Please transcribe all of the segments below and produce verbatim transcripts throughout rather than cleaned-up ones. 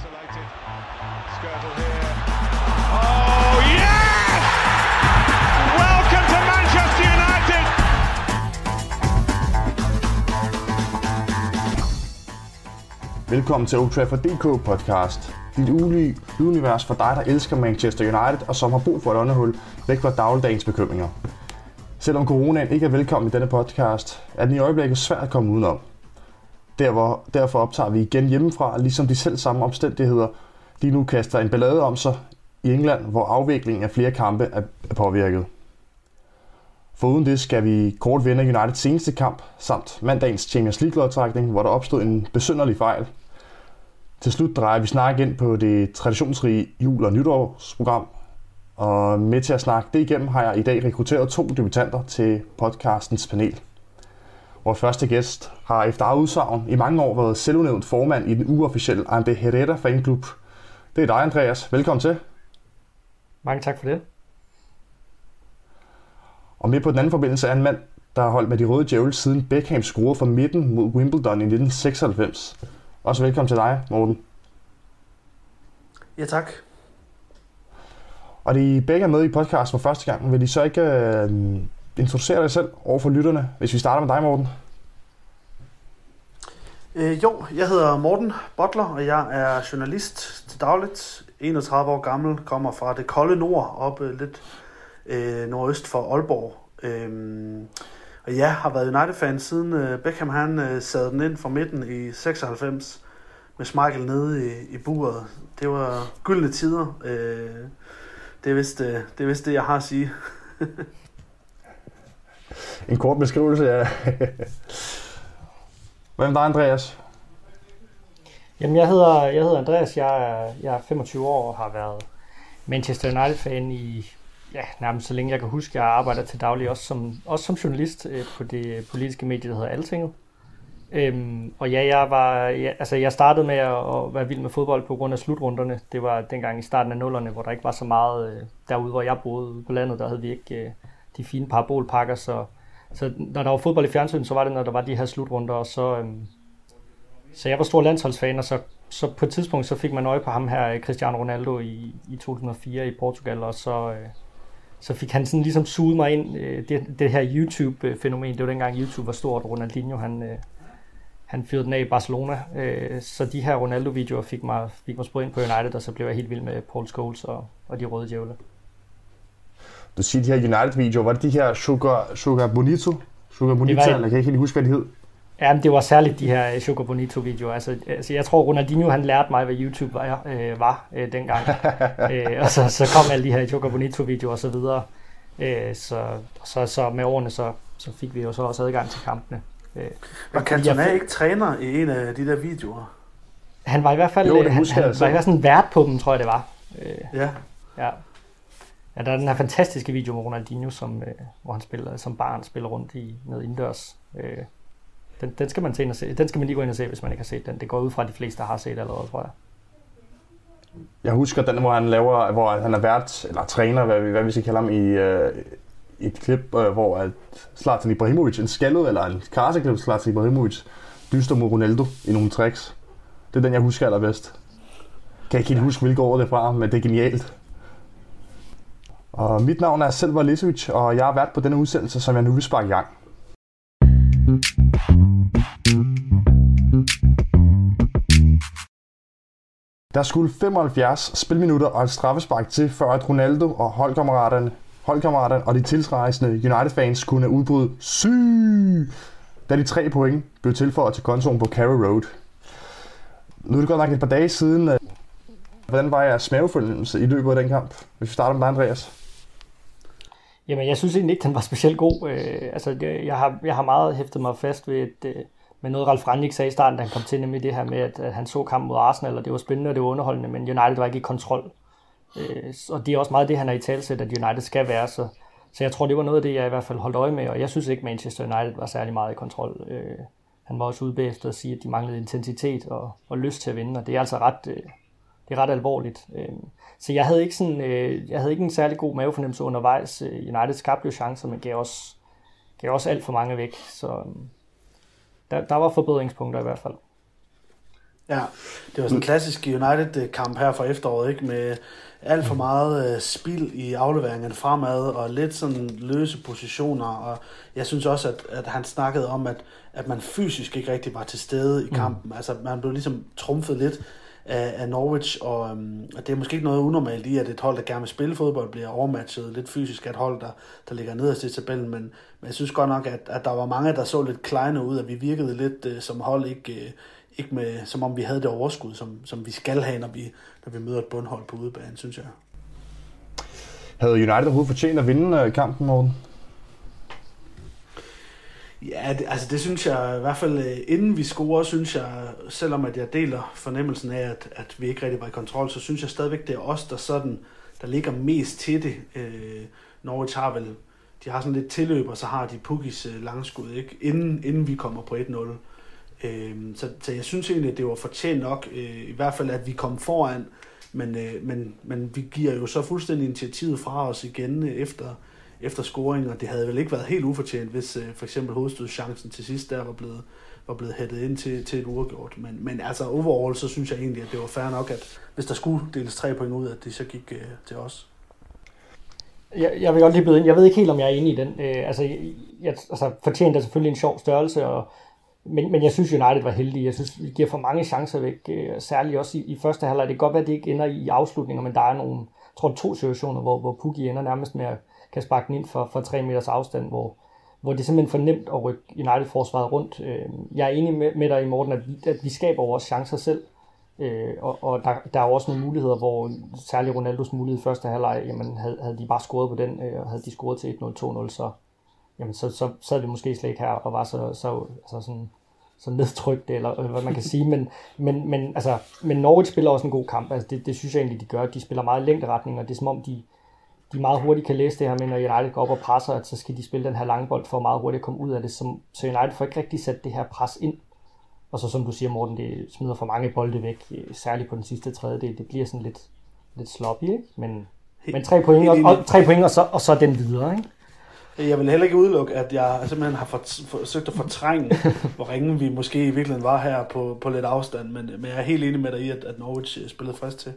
Isolated. Skirtle here. Oh yes! Welcome to Manchester United! Velkommen til Old Trafford punktum d k podcast. Dit ulige univers for dig, der elsker Manchester United og som har brug for et åndehul væk fra dagligdagens bekymringer. Selvom coronaen ikke er velkommen i denne podcast, er den i øjeblikket svært at komme udenom. Derfor, derfor optager vi igen hjemmefra, ligesom de selv samme omstændigheder lige nu kaster en ballade om sig i England, hvor afviklingen af flere kampe er påvirket. Foruden det skal vi kort vende Uniteds seneste kamp, samt mandagens Champions League-lodtrækning, hvor der opstod en besynderlig fejl. Til slut drejer vi snak ind på det traditionsrige jul- og nytårsprogram, og med til at snakke det igennem har jeg i dag rekrutteret to debutanter til podcastens panel. Vores første gæst har efter eget udsagn i mange år været selvudnævnt formand i den uofficielle Ander Herrera fanklub. Det er dig, Andreas. Velkommen til. Mange tak for det. Og med på den anden forbindelse er en mand, der har holdt med de røde djævle siden Beckham scorede fra midten mod Wimbledon i nitten seksoghalvfems. Også velkommen til dig, Morten. Ja, tak. Og de begge er med i podcasten for første gang. Vil de så ikke øh, introducere dig selv over for lytterne, hvis vi starter med dig, Morten? Øh, jo, jeg hedder Morten Butler, og jeg er journalist til dagligt. enogtredive år gammel, kommer fra det kolde nord, op lidt øh, nordøst for Aalborg. Øhm, og jeg har været United-fan siden øh, Beckham han øh, sad den ind fra midten i seksoghalvfems med Schmeichel nede i, i buret. Det var gyldne tider. Øh, det, er vist, øh, det er vist det, jeg har at sige. En kort beskrivelse af... Hvem er dig, Andreas? Jamen, jeg hedder, jeg hedder Andreas. Jeg er, jeg er femogtyve år og har været Manchester United-fan i ja, nærmest så længe jeg kan huske. Jeg arbejder til daglig også som, også som journalist øh, på det politiske medie, der hedder Altinget. Øhm, og ja, jeg var, ja, altså jeg startede med at, at være vild med fodbold på grund af slutrunderne. Det var dengang i starten af nullerne, hvor der ikke var så meget øh, derude, hvor jeg boede ude på landet. Der havde vi ikke øh, de fine parabolpakker, så, så når der var fodbold i fjernsynet, så var det, når der var de her slutrunder. Og så, øhm, så jeg var stor landsholdsfan, og så, så på et tidspunkt så fik man øje på ham her, Cristiano Ronaldo, i, i to tusind og fire i Portugal, og så... Øh, Så fik han sådan ligesom suget mig ind, det, det her YouTube-fænomen. Det var dengang YouTube var stort, og Ronaldinho han, han fyrede den af i Barcelona. Så de her Ronaldo-videoer fik mig, fik mig spurgt ind på United, og så blev jeg helt vild med Paul Scholes og, og de røde djævle. Du siger de her United-videoer, var det de her Sugar, Sugar Bonito? Sugar Bonito, var... eller kan jeg ikke helt huske, hvad de hed? Ja, det var særligt de her Sugar Bonito-videoer. Altså, altså, jeg tror, Ronaldinho han lærte mig, hvad YouTube var, øh, var øh, dengang. øh, og så, så kom alle de her Sugar Bonito-videoer og så videre. Øh, så, så, så med årene, så, så fik vi jo så også adgang til kampene. Øh, Var Cantona ikke træner i en af de der videoer? Han var i hvert fald jo, han, han var i hvert fald sådan vært på dem, tror jeg det var. Øh, ja. ja. Ja, der er den her fantastiske video med Ronaldinho, som, øh, hvor han spiller, som barn spiller rundt i noget indendørs. Øh, Den, den, skal man til at se. Den skal man lige gå ind og se, hvis man ikke har set den. Det går ud fra, at de fleste har set allerede, tror jeg. Jeg husker den, hvor han laver, hvor han er vært, eller træner, hvad vi, hvad vi skal kalde ham, i, øh, i et klip, øh, hvor at Zlatan Ibrahimovic, en skaldet, eller en karseklip, Zlatan Ibrahimovic, dyster mod Ronaldo i nogle tricks. Det er den, jeg husker allerbedst. Kan ikke helt huske, hvilke år det er fra, men det er genialt. Og mit navn er Selvar Lisovic, og jeg har været på denne udsendelse, som jeg nu vil sparke i gang. Der skulle femoghalvfjerds spilminutter og et straffespark til, før at Ronaldo og holdkammeraterne, holdkammeraterne og de tilrejsende United-fans kunne udbryde syg, da de tre point blev tilføjet til kontoen på Carrow Road. Nu er det godt nok et par dage siden. Hvordan var jeres mavefornemmelse i løbet af den kamp? Hvis vi starter med dig, Andreas. Jamen, jeg synes egentlig ikke, den var specielt god. Øh, altså, jeg har, jeg har meget hæftet mig fast ved, et, øh, med noget Ralf Rangnick sagde i starten, da han kom til, nemlig det her med, at, at han så kampen mod Arsenal, og det var spændende, og det var underholdende, men United var ikke i kontrol. Øh, og det er også meget det, han er i talsæt, at United skal være. Så, så jeg tror, det var noget af det, jeg i hvert fald holdt øje med, og jeg synes ikke, Manchester United var særlig meget i kontrol. Øh, han var også ude bagefter at sige, at de manglede intensitet og, og lyst til at vinde, og det er altså ret... Øh, Det er ret alvorligt. Så jeg havde ikke sådan, jeg havde ikke en særlig god mavefornemmelse undervejs. United skabte jo chancer, men gav også, gav også alt for mange væk. Så der, der var forbedringspunkter i hvert fald. Ja, det var sådan en klassisk United-kamp her fra efteråret, ikke? Med alt for meget øh, spild i afleveringerne fremad, og lidt sådan løse positioner, og jeg synes også, at, at han snakkede om, at, at man fysisk ikke rigtig var til stede i kampen. Mm. Altså, man blev ligesom trumfet lidt af, af Norwich, og, øhm, og det er måske ikke noget unormalt i, at et hold, der gerne vil spille fodbold, bliver overmatchet lidt fysisk af et hold, der, der ligger nederst i tabellen, men, men jeg synes godt nok, at, at der var mange, der så lidt kleine ud, at vi virkede lidt øh, som hold, ikke... Øh, Ikke med, som om vi havde det overskud, som, som vi skal have, når vi, når vi møder et bundhold på udebane, synes jeg. Havde United overhovedet fortjent at vinde kampen, Morten? Ja, det, altså det synes jeg i hvert fald, inden vi scorer, synes jeg, selvom at jeg deler fornemmelsen af, at, at vi ikke rigtig var i kontrol, så synes jeg stadigvæk, det er os, der sådan, der ligger mest til det. Øh, Norwich har vel, de har sådan lidt tilløb, og så har de Pukis langskud, ikke? Inden, inden vi kommer på et nul. Så, så jeg synes egentlig, at det var fortjent nok, i hvert fald at vi kom foran, men, men, men vi giver jo så fuldstændig initiativet fra os igen efter, efter scoring, og det havde vel ikke været helt ufortjent, hvis for eksempel hovedstødschancen til sidst der var blevet, var blevet hættet ind til, til et uafgjort. Men, men altså overall, så synes jeg egentlig, at det var fair nok, at hvis der skulle deles tre point ud, at det så gik uh, til os. Jeg, jeg vil godt lige byde ind. Jeg ved ikke helt, om jeg er enig i den. Uh, altså, jeg, altså fortjent er selvfølgelig en sjov størrelse, og Men, men jeg synes, United var heldige. Jeg synes, vi giver for mange chancer væk, særligt også i, i første halvleg. Det kan godt være, at det ikke ender i afslutninger, men der er nogle, jeg tror, to situationer, hvor, hvor Pukki ender nærmest med at kan sparke den ind for, for tre meters afstand, hvor, hvor det er simpelthen for nemt at rykke United-forsvaret rundt. Jeg er enig med, med dig i Morten, at vi, at vi skaber vores chancer selv, og, og der, der er også nogle muligheder, hvor særligt Ronaldos mulighed i første halvleg, jamen havde, havde de bare scoret på den, og havde de scoret til et nul to nul, så jamen så, så sad vi måske slet ikke her og var så, så, så sådan så nedtrykt, eller, eller hvad man kan sige, men, men, men, altså, men Norwich spiller også en god kamp, altså det, det synes jeg egentlig, de gør. De spiller meget længderetning, og det er som om, de, de meget hurtigt kan læse det her med, når United går op og presser, at så skal de spille den her lange bold for meget hurtigt at komme ud af det, så, så United får ikke rigtig sat det her pres ind, og så som du siger, Morten, det smider for mange bolde væk, særligt på den sidste tredjedel, det bliver sådan lidt, lidt sloppy, ikke? Men, men tre point, og, og, tre point og, så, og så den videre, ikke? Jeg vil heller ikke udelukke, at jeg simpelthen har forsøgt at fortrænge, hvor ringe vi måske i virkeligheden var her på, på lidt afstand, men, men jeg er helt enig med dig i, at, at Norwich spillede frisk til.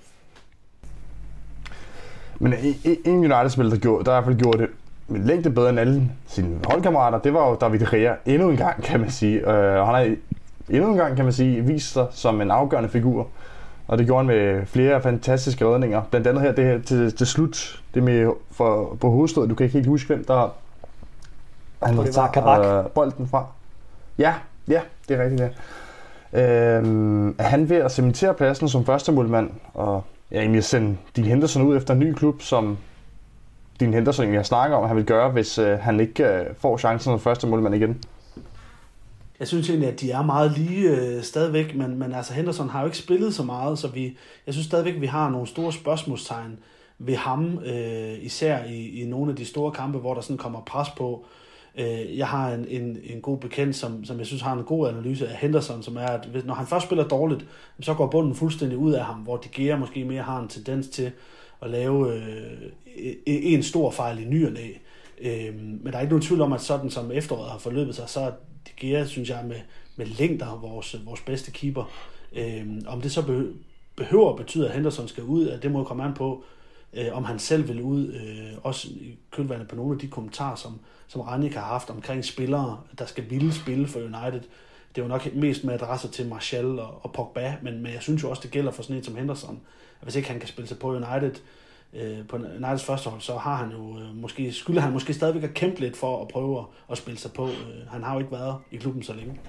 Men en United-spiller, der, gjorde, der i hvert fald gjorde det med længde bedre end alle sine holdkammerater, det var jo David De Gea endnu en gang, kan man sige. Og han har endnu en gang, kan man sige, vist sig som en afgørende figur. Og det gjorde han med flere fantastiske redninger. Blandt andet her, det her til, til slut, det med for, på hovedstødet. Du kan ikke helt huske, hvem der han det var Kabak. Øh, bolden fra. Ja, ja, det er rigtigt, ja. Øhm, er han ved at cementere pladsen som første målmand, og ja, egentlig sende Dean Henderson ud efter en ny klub, som Dean Henderson egentlig har snakket om, han vil gøre, hvis øh, han ikke øh, får chancen som første målmand igen. Jeg synes egentlig, at de er meget lige øh, stadigvæk, men, men altså Henderson har jo ikke spillet så meget, så vi, jeg synes stadigvæk, at vi har nogle store spørgsmålstegn ved ham, øh, især i, i nogle af de store kampe, hvor der sådan kommer pres på. Øh, jeg har en, en, en god bekendt, som, som jeg synes har en god analyse af Henderson, som er, at hvis, når han først spiller dårligt, så går bunden fuldstændig ud af ham, hvor De Gea måske mere har en tendens til at lave øh, en stor fejl i ny og næ. Øh, men der er ikke nogen tvivl om, at sådan som efteråret har forløbet sig, så er De Gea, synes jeg, med, med længder vores, vores bedste keeper. Øh, om det så behøver, behøver at betyde, at Henderson skal ud, at det må komme an på, øh, om han selv vil ud, øh, også i kølvandet på nogle af de kommentarer, som, som Rangnick har haft omkring spillere, der skal ville spille for United. Det er jo nok mest med adresser til Martial og, og Pogba, men, men jeg synes jo også, det gælder for sådan en som Henderson, at hvis ikke han kan spille sig på United, på Uniteds første hold, så har han jo måske, skylder han måske stadigvæk at kæmpe lidt for at prøve at spille sig på. Han har jo ikke været i klubben så længe.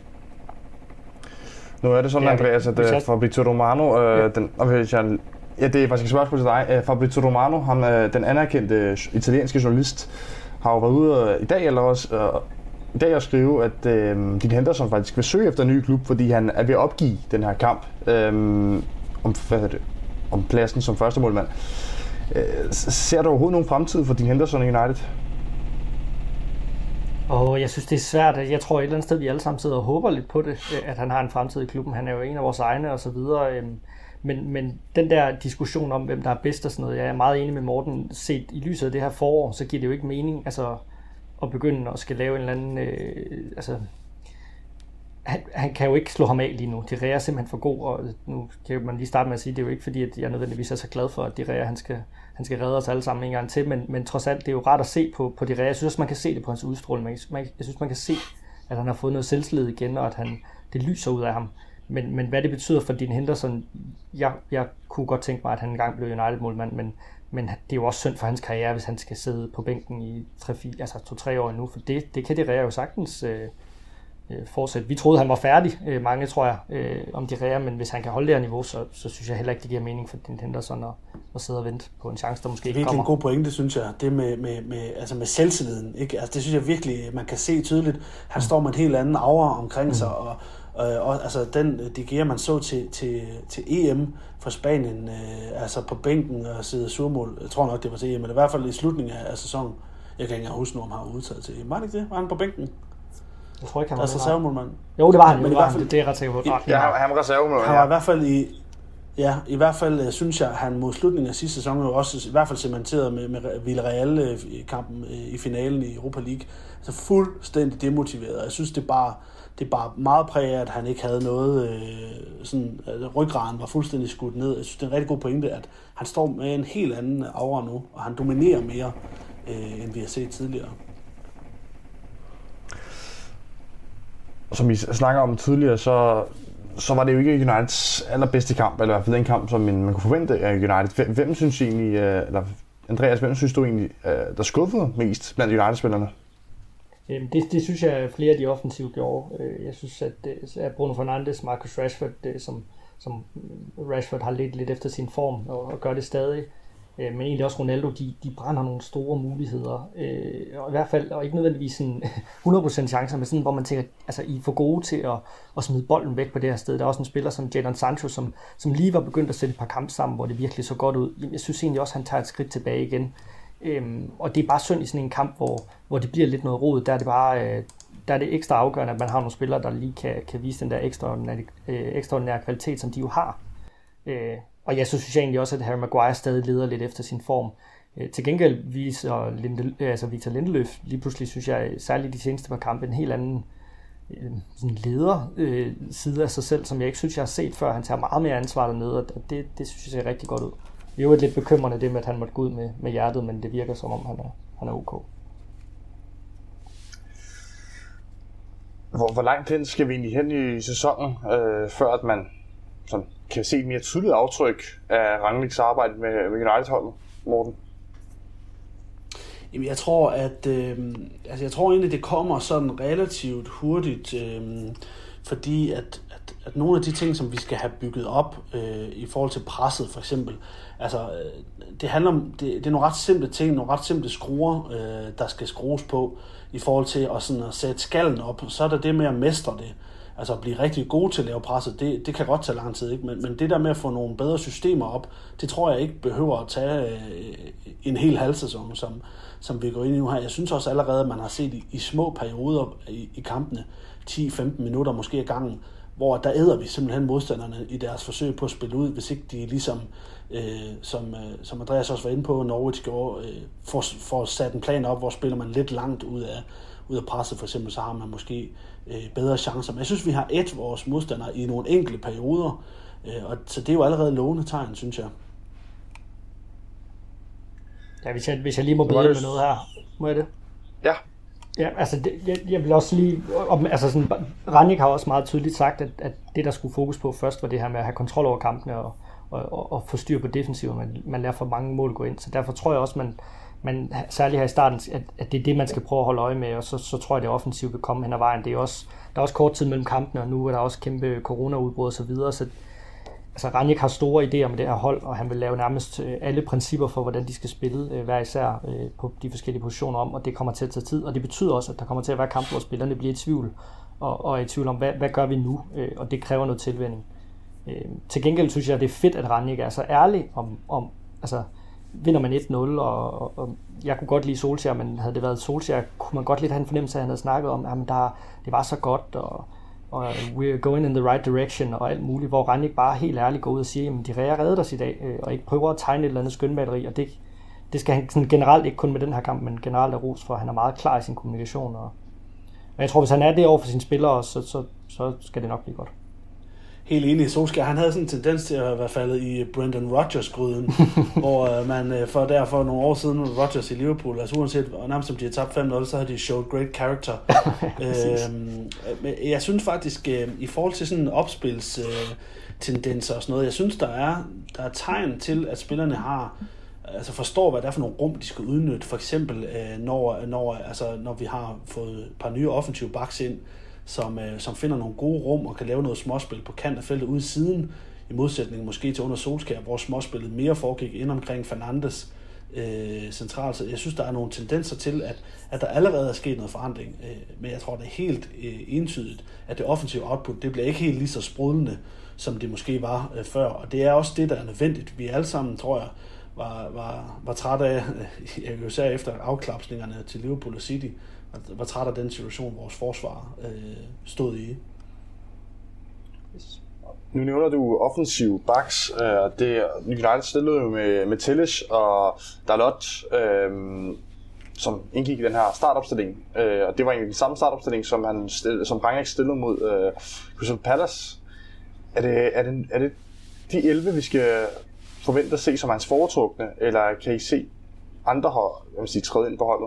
Nu er det sådan, ja, Andreas, at uh, Fabrizio Romano, uh, ja. den, jeg, ja, det er faktisk et spørgsmål til dig. Uh, Fabrizio Romano, han, uh, den anerkendte italienske journalist, har jo været ude uh, i dag eller også uh, i dag at skrive, at uh, Dean Henderson faktisk vil søge efter en ny klub, fordi han er ved at opgive den her kamp um, om, hvad er det, om pladsen som første målmand. Ser du overhovedet nogen fremtid for Dean Henderson i United? Og jeg synes, det er svært. Jeg tror et eller andet sted, vi alle sammen sidder og håber lidt på det, at han har en fremtid i klubben. Han er jo en af vores egne og så videre. Men, men den der diskussion om, hvem der er bedst og sådan noget, jeg er meget enig med Morten. Set i lyset af det her forår, så giver det jo ikke mening altså, at begynde at skal lave en eller anden... Øh, altså, han, han kan jo ikke slå ham af lige nu. De Rea er simpelthen for god, og nu kan man lige starte med at sige, det er jo ikke fordi, at jeg nødvendigvis er så glad for, at De Rea, han skal, han skal redde os alle sammen en gang til, men, men trods alt, det er jo rart at se på, på De Rea. Jeg synes også, man kan se det på hans udstråling. Jeg synes, man kan se, at han har fået noget selvtillid igen, og at han, det lyser ud af ham. Men, men hvad det betyder for Dean Henderson, jeg, jeg kunne godt tænke mig, at han engang blev United-målmand, men, men det er jo også synd for hans karriere, hvis han skal sidde på bænken i to-tre år endnu, for det, det kan De Rea jo sagtens øh, fortsætte. Vi troede, han var færdig, øh, mange tror jeg, øh, om De Rea, men hvis han kan holde det her niveau, så, så synes jeg heller ikke, det giver mening for Dean Henderson at, at sidde og vente på en chance, der måske ikke kommer. Det er virkelig en god pointe, synes jeg, det med, med, med, altså med selvtilliden. Ikke? Altså, det synes jeg virkelig, man kan se tydeligt. Han står med en helt anden aura omkring mm. sig, og Øh, og altså den De Gea, man så til, til, til E M for Spanien, øh, altså på bænken og sidde surmål, jeg tror nok det var til E M, men i hvert fald i slutningen af, af sæsonen, jeg kan ikke engang huske, om han var udtaget til E M. Var det ikke det? Var han på bænken? Jeg tror ikke, han var altså reservemålmand. Jo, det var han, men jo, i hvert fald, det, det er ret sikkert på. Ja, han var reservemålmand. Han var i hvert fald i, ja, i hvert fald synes jeg, han mod slutningen af sidste sæson jo også i hvert fald cementeret med, med Villarreal i kampen i finalen i Europa League. Altså fuldstændig demotiveret. Jeg synes, det er bare Det er bare meget præget, at han ikke havde noget, øh, sådan, altså, ryggraden var fuldstændig skudt ned. Jeg synes, det er en rigtig god pointe, at han står med en helt anden aura nu, og han dominerer mere, øh, end vi har set tidligere. Som vi snakker om tidligere, så, så var det jo ikke Uniteds allerbedste kamp, eller i hvert fald en kamp, som man, man kunne forvente af United. Hvem, hvem synes egentlig, eller Andreas, hvem synes du egentlig, der skuffede mest blandt United-spillerne? Det, det synes jeg, flere af de offensive gjorde. Jeg synes, at, at Bruno Fernandes, Marcus Rashford, som, som Rashford har lidt lidt efter sin form og, og gør det stadig, men egentlig også Ronaldo, de, de brænder nogle store muligheder. Og i hvert fald, og ikke nødvendigvis sådan hundrede procent chancer, men sådan, hvor man tænker, altså I er for gode til at, at smide bolden væk på det her sted. Der er også en spiller som Jadon Sancho, som, som lige var begyndt at sætte et par kampe sammen, hvor det virkelig så godt ud. Jeg synes egentlig også, at han tager et skridt tilbage igen. Øhm, og det er bare synd i sådan en kamp, hvor, hvor det bliver lidt noget rod. Der er det bare øh, der er det ekstra afgørende, at man har nogle spillere, der lige kan, kan vise den der ekstraordinære, øh, ekstraordinære kvalitet, som de jo har. Øh, og jeg så synes jeg egentlig også, at Harry Maguire stadig leder lidt efter sin form. Øh, til gengæld viser Linde, øh, altså Victor Lindeløf lige pludselig, synes jeg, særligt de seneste par kampe, en helt anden øh, sådan leder øh, side af sig selv, som jeg ikke synes, jeg har set før. Han tager meget mere ansvar dernede, og det, det synes jeg ser rigtig godt ud. Det er jo et lidt bekymrende det med, at han måtte gå ud med, med hjertet, men det virker som om, han er, han er ok. Hvor, hvor langt hen skal vi egentlig hen i sæsonen, øh, før at man sådan, kan se et mere tydeligt aftryk af Rangnicks arbejde med, med United-holdet, Morten? Jamen, jeg tror, at øh, altså, jeg tror egentlig, det kommer sådan relativt hurtigt, øh, fordi at, at, at nogle af de ting, som vi skal have bygget op øh, i forhold til presset, for eksempel, altså, øh, det handler om, det, det er nogle ret simple ting, nogle ret simple skruer, øh, der skal skrues på, i forhold til at, sådan, at sætte skallen op. Så er der det med at mestre det, altså at blive rigtig god til at lave presset, det, det kan godt tage lang tid, ikke? Men, men det der med at få nogle bedre systemer op, det tror jeg ikke behøver at tage øh, en hel halv sæson, som, som vi går ind i nu her. Jeg synes også allerede, at man har set i, i små perioder i, i kampene, ti til femten minutter måske ad gangen, hvor der æder vi simpelthen modstanderne i deres forsøg på at spille ud, hvis ikke de ligesom, øh, som, øh, som Andreas også var inde på, Norwich gjorde, øh, får, får sat en plan op, hvor spiller man lidt langt ud af, ud af presset, for eksempel, så har man måske øh, bedre chancer. Men jeg synes, vi har et vores modstandere i nogle enkelte perioder, øh, og så det er jo allerede lovende tegn, synes jeg. Ja, hvis jeg, hvis jeg lige må byde med noget her, må jeg det? Ja. Ja, altså det, jeg, jeg vil også lige, altså sådan, Rangnick har også meget tydeligt sagt, at, at det der skulle fokus på først var det her med at have kontrol over kampene og, og, og få styr på defensiven, man, man lærer for mange mål gå ind, så derfor tror jeg også, man, man særligt her i starten, at, at det er det, man skal prøve at holde øje med, og så, så tror jeg, det offensivt vil komme hen ad vejen. Det er også, der er også kort tid mellem kampene, og nu er der også kæmpe corona-udbrud og så videre, så altså Rangnick har store idéer med det her hold, og han vil lave nærmest alle principper for, hvordan de skal spille hver især på de forskellige positioner om, og det kommer til at tage tid, og det betyder også, at der kommer til at være kampe, hvor spillerne bliver i tvivl, og, og er i tvivl om, hvad, hvad gør vi nu, og det kræver noget tilvænning. Til gengæld synes jeg, at det er fedt, at Rangnick er så ærlig om, om altså vinder man et nul, og, og, og jeg kunne godt lide Solskjaer, men havde det været Solskjaer, kunne man godt lidt have en fornemmelse af, at han havde snakket om, at der, det var så godt, og og we're going in the right direction, og alt muligt, hvor Rangnick bare helt ærligt går ud og siger, at de Rea reddede os i dag, og ikke prøver at tegne et eller andet skønmaleri, og det, det skal han sådan generelt, ikke kun med den her kamp, men generelt er ros for, at han er meget klar i sin kommunikation, og, Men jeg tror, hvis han er det over for sine spillere, så, så, så skal det nok blive godt. Helt enig. Solskjaer, han havde sådan en tendens til at være faldet i Brendan Rodgers-gryden, hvor uh, man uh, for derfor nogle år siden Rodgers i Liverpool, altså uanset, og nærmest som de har tabt fem nul, så har de showed great character. øhm, jeg synes faktisk, uh, i forhold til sådan opspils uh, tendenser og sådan noget, jeg synes, der er, der er tegn til, at spillerne har altså forstår, hvad det er for nogle rum, de skal udnytte. For eksempel, uh, når, når, altså, når vi har fået et par nye offensive backs ind, Som, øh, som finder nogle gode rum og kan lave noget småspil på kant af feltet ude i siden, i modsætning måske til under Solskjaer, hvor småspillet mere foregik ind omkring Fernandes øh, centralt. Så jeg synes, der er nogle tendenser til, at, at der allerede er sket noget forandring, øh, men jeg tror, det er helt øh, entydigt, at det offensive output, det bliver ikke helt lige så sprudlende, som det måske var øh, før, og det er også det, der er nødvendigt. Vi alle sammen, tror jeg, var, var, var trætte af, øh, især efter afklapsningerne til Liverpool og City, var træt af den situation, vores forsvar øh, stod i. Yes. Nu nævner du offensiv backs. Øh, det United stillede jo med, med Telles og Dalot, øh, som indgik i den her startopstilling. Øh, og det var egentlig den samme startopstilling, som, han stillede, som Rangnick stillede mod øh, Crystal Palace. Er det, er, det, er det de elleve, vi skal forvente at se som hans foretrukne, eller kan I se andre hold, jeg vil sige, træde ind på holdet?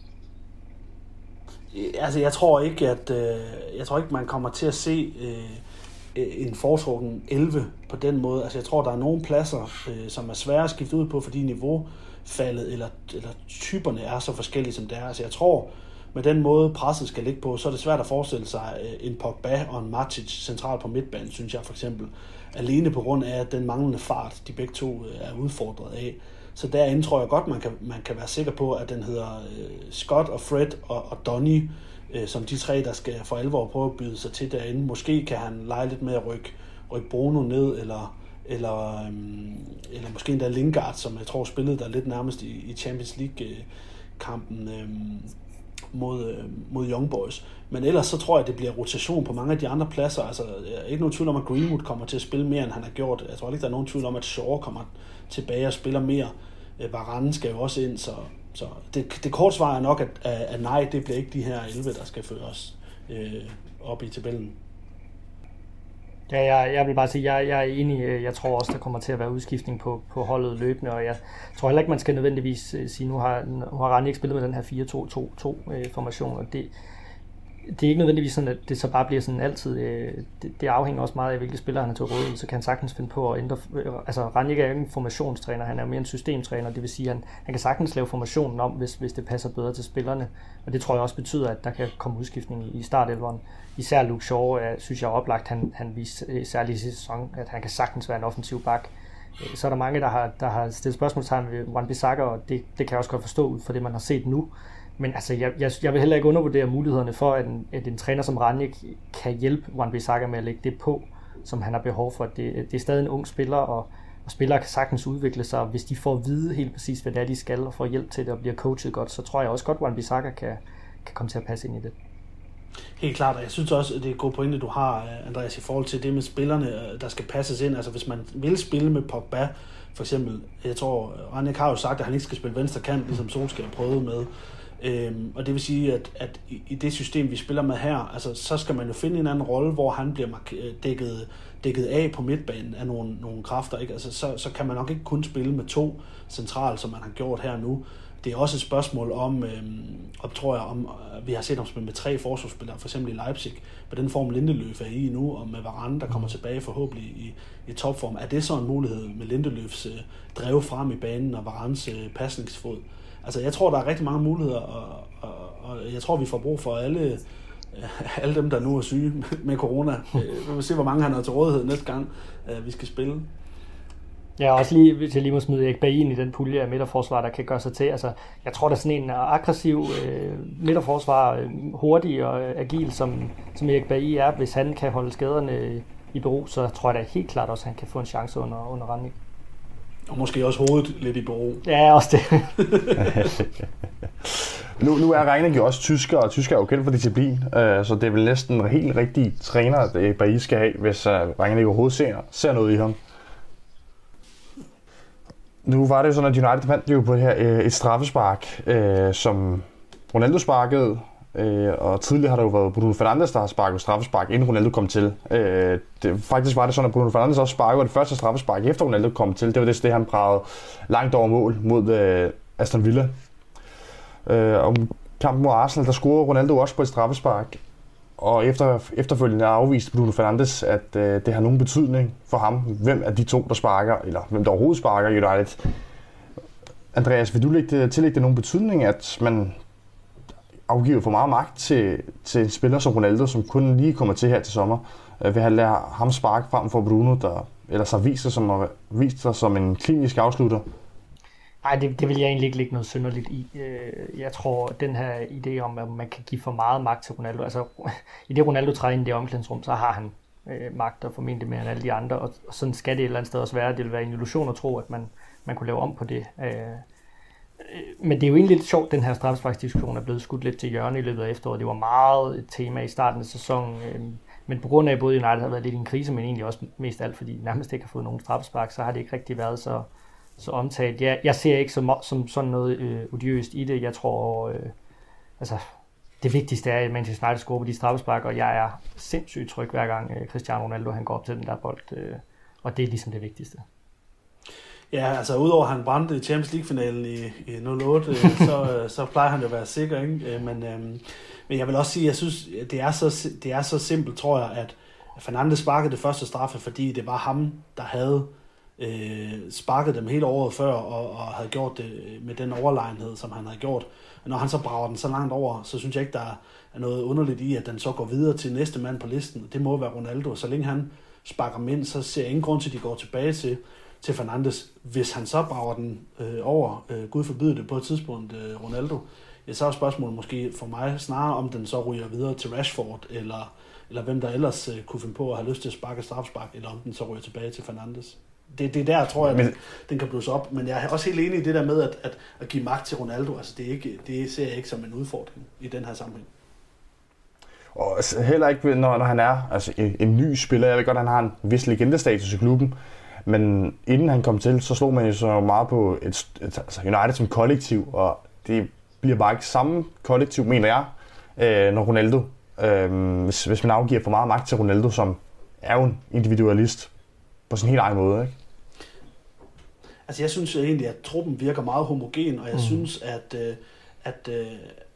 Altså, jeg tror ikke, at øh, jeg tror ikke, man kommer til at se øh, en foretrukken elleve på den måde. Altså, jeg tror, der er nogle pladser, øh, som er svære at skifte ud på, fordi niveaufaldet eller, eller typerne er så forskellige, som det er. Altså, jeg tror, med den måde, presset skal ligge på, så er det svært at forestille sig øh, en Pogba og en Matic centralt på midtbanen, synes jeg for eksempel. Alene på grund af den manglende fart, de begge to øh, er udfordret af. Så derinde tror jeg godt, man kan, man kan være sikker på, at den hedder øh, Scott og Fred og, og Donny, øh, som de tre, der skal for alvor prøve at byde sig til derinde. Måske kan han lege lidt med at rykke, rykke Bruno ned, eller, eller, øhm, eller måske endda Lingard, som jeg tror spillede der lidt nærmest i, i Champions League-kampen øhm, mod, øh, mod Young Boys. Men ellers så tror jeg, at det bliver rotation på mange af de andre pladser. Altså, jeg er ikke nogen tvivl om, at Greenwood kommer til at spille mere, end han har gjort. Jeg tror ikke, der er nogen tvivl om, at Shaw kommer tilbage og spiller mere. Varane skal jo også ind, så, så det, det korte svar er nok, at, at nej, det bliver ikke de her elleve, der skal føre os øh, op i tabellen. Ja, jeg, jeg vil bare sige, jeg, jeg er enig. Jeg tror også, der kommer til at være udskiftning på, på holdet løbende, og jeg tror heller ikke, man skal nødvendigvis sige, nu har, nu har Rangnick ikke spillet med den her fire to to to formation, og det, det er ikke nødvendigvis sådan, at det så bare bliver sådan altid. Det, det afhænger også meget af, hvilke spillere han er til rådighed, så kan han sagtens finde på at ændre. Altså, Rangnick er jo ikke en formationstræner, han er mere en systemtræner, det vil sige, at han, han kan sagtens lave formationen om, hvis, hvis det passer bedre til spillerne, og det tror jeg også betyder, at der kan komme udskiftning i, i startelveren. Især Luke Shaw, er, synes jeg er oplagt, han, han viste særligt i sæson, at han kan sagtens være en offensiv bak. Så er der mange, der har, der har stillet spørgsmålstegn ved Wan-Bissaka, og det, det kan jeg også godt forstå ud fra det, man har set nu. Men altså, jeg, jeg, jeg vil heller ikke undervurdere mulighederne for, at en, at en træner som Rangnick kan hjælpe Wan-Bissaka med at lægge det på, som han har behov for. Det, det er stadig en ung spiller, og, og spillere kan sagtens udvikle sig. Hvis de får at vide helt præcis, hvad det er, de skal, og får hjælp til det og bliver coachet godt, så tror jeg også godt, at Wan-Bissaka kan, kan komme til at passe ind i det. Helt klart, og jeg synes også, at det er et godt pointe, du har, Andreas, i forhold til det med spillerne, der skal passes ind. Altså, hvis man vil spille med Pogba, for eksempel, jeg tror, Rangnick har jo sagt, at han ikke skal spille venstre kant, ligesom Solskjaer prøvede med. Øhm, og det vil sige, at, at i, i det system, vi spiller med her, altså, så skal man jo finde en anden rolle, hvor han bliver mark- dækket, dækket af på midtbanen af nogle, nogle kræfter. Ikke? Altså, så, så kan man nok ikke kun spille med to centralt, som man har gjort her nu. Det er også et spørgsmål om, øhm, om tror jeg, om vi har set ham spille med tre forsvarsspillere, for eksempel i Leipzig, på den form Lindeløf er i nu, og med Varane, der kommer tilbage forhåbentlig i, i topform. Er det så en mulighed med Lindeløfs øh, drev frem i banen og Varanes øh, pasningsfod? Altså, jeg tror, der er rigtig mange muligheder, og, og, og jeg tror, vi får brug for alle, alle dem, der nu er syge med corona. Vi vil se, hvor mange han har til rådighed næste gang, vi skal spille. Ja, også lige, hvis jeg lige må smide Erik Bailly ind i den pulje af midterforsvar, der kan gøre sig til. Altså, jeg tror, der er sådan en aggressiv øh, midterforsvar, øh, hurtig og øh, agil, som, som Erik Bailly er. Hvis han kan holde skaderne i bero, så tror jeg da helt klart også, at han kan få en chance under, under Rangnick. Og måske også hovedet lidt i bero. Ja, også det. nu, nu er Rangnick jo også tysker, og tysker er jo kendt for disciplin, øh, så det er vel næsten en helt rigtig træner, at Bailly skal have, hvis uh, Rangnick overhovedet ser, ser noget i ham. Nu var det jo sådan, at United vandt jo på det her øh, et straffespark, øh, som Ronaldo sparkede, Øh, og tidligere har der jo været Bruno Fernandes, der har sparket straffespark, inden Ronaldo kom til. Øh, det, faktisk var det sådan, at Bruno Fernandes også sparkede det første straffespark, efter Ronaldo kom til. Det var det, det han bragede langt over mål mod øh, Aston Villa. Øh, og kampen mod Arsenal, der scorede Ronaldo også på et straffespark. Og efter, efterfølgende afviste Bruno Fernandes, at øh, det har nogen betydning for ham, hvem af de to, der sparker, eller hvem der overhovedet sparker United. Andreas, vil du lægge, tillægge det nogen betydning, at man afgiver for meget magt til, til en spiller som Ronaldo, som kun lige kommer til her til sommer? Vil han lade ham sparke frem for Bruno, der ellers har vist sig som, vist sig som en klinisk afslutter? Nej, det, det vil jeg egentlig ikke lægge noget synderligt i. Jeg tror, at den her idé om, at man kan give for meget magt til Ronaldo, altså i det Ronaldo træder ind i det omklædningsrum, så har han øh, magt og formentlig mere end alle de andre, og, og sådan skal det et eller andet sted også være. Det vil være en illusion at tro, at man, man kunne lave om på det. Øh, men det er jo egentlig lidt sjovt, den her straffesparksdiskussion er blevet skudt lidt til hjørne i løbet af efteråret. Det var meget et tema i starten af sæsonen, øh, men på grund af, at både United har været lidt i en krise, men egentlig også mest alt, fordi de nærmest ikke har fået nogen straffespark, så har det ikke rigtig været så så omtalt. Jeg, jeg ser ikke som, som sådan noget øh, odiøst i det. Jeg tror, øh, altså, det vigtigste er, at Manchester United scorer på de straffespark, og jeg er sindssygt tryg hver gang øh, Cristiano Ronaldo han går op til den der bold, øh, og det er ligesom det vigtigste. Ja, altså udover at han brændte i Champions League-finalen i, i nul otte, øh, så, så plejer han jo at være sikker, ikke? Men, øh, men jeg vil også sige, at jeg synes, det er så, det er så simpelt, tror jeg, at Fernandes sparkede det første straffe, fordi det var ham, der havde Øh, sparkede dem hele året før og, og havde gjort det med den overlegenhed, som han havde gjort. Og når han så brager den så langt over, så synes jeg ikke, der er noget underligt i, at den så går videre til næste mand på listen. Det må være Ronaldo. Så længe han sparker dem ind, så ser jeg ingen grund til, at de går tilbage til, til Fernandes. Hvis han så brager den øh, over, øh, Gud forbyde det på et tidspunkt, øh, Ronaldo, ja, så er spørgsmålet måske for mig snarere, om den så ryger videre til Rashford, eller, eller hvem der ellers øh, kunne finde på at have lyst til at sparke straffespark, eller om den så ryger tilbage til Fernandes. Det, det er der, tror jeg, at den kan blusse op. Men jeg er også helt enig i det der med, at, at, at give magt til Ronaldo. Altså, det, er ikke, det ser jeg ikke som en udfordring i den her sammenhæng. Og heller ikke, når, når han er altså, en, en ny spiller. Jeg ved godt, at han har en vis legendestatus i klubben. Men inden han kom til, så slog man jo så meget på et, et, altså United som kollektiv. Og det bliver bare ikke samme kollektiv, mener jeg, øh, når Ronaldo. Øh, hvis, hvis man afgiver for meget magt til Ronaldo, som er jo en individualist på sin helt egen måde, ikke? Altså, jeg synes egentlig, at truppen virker meget homogen, og jeg mm. synes, at, øh, at øh,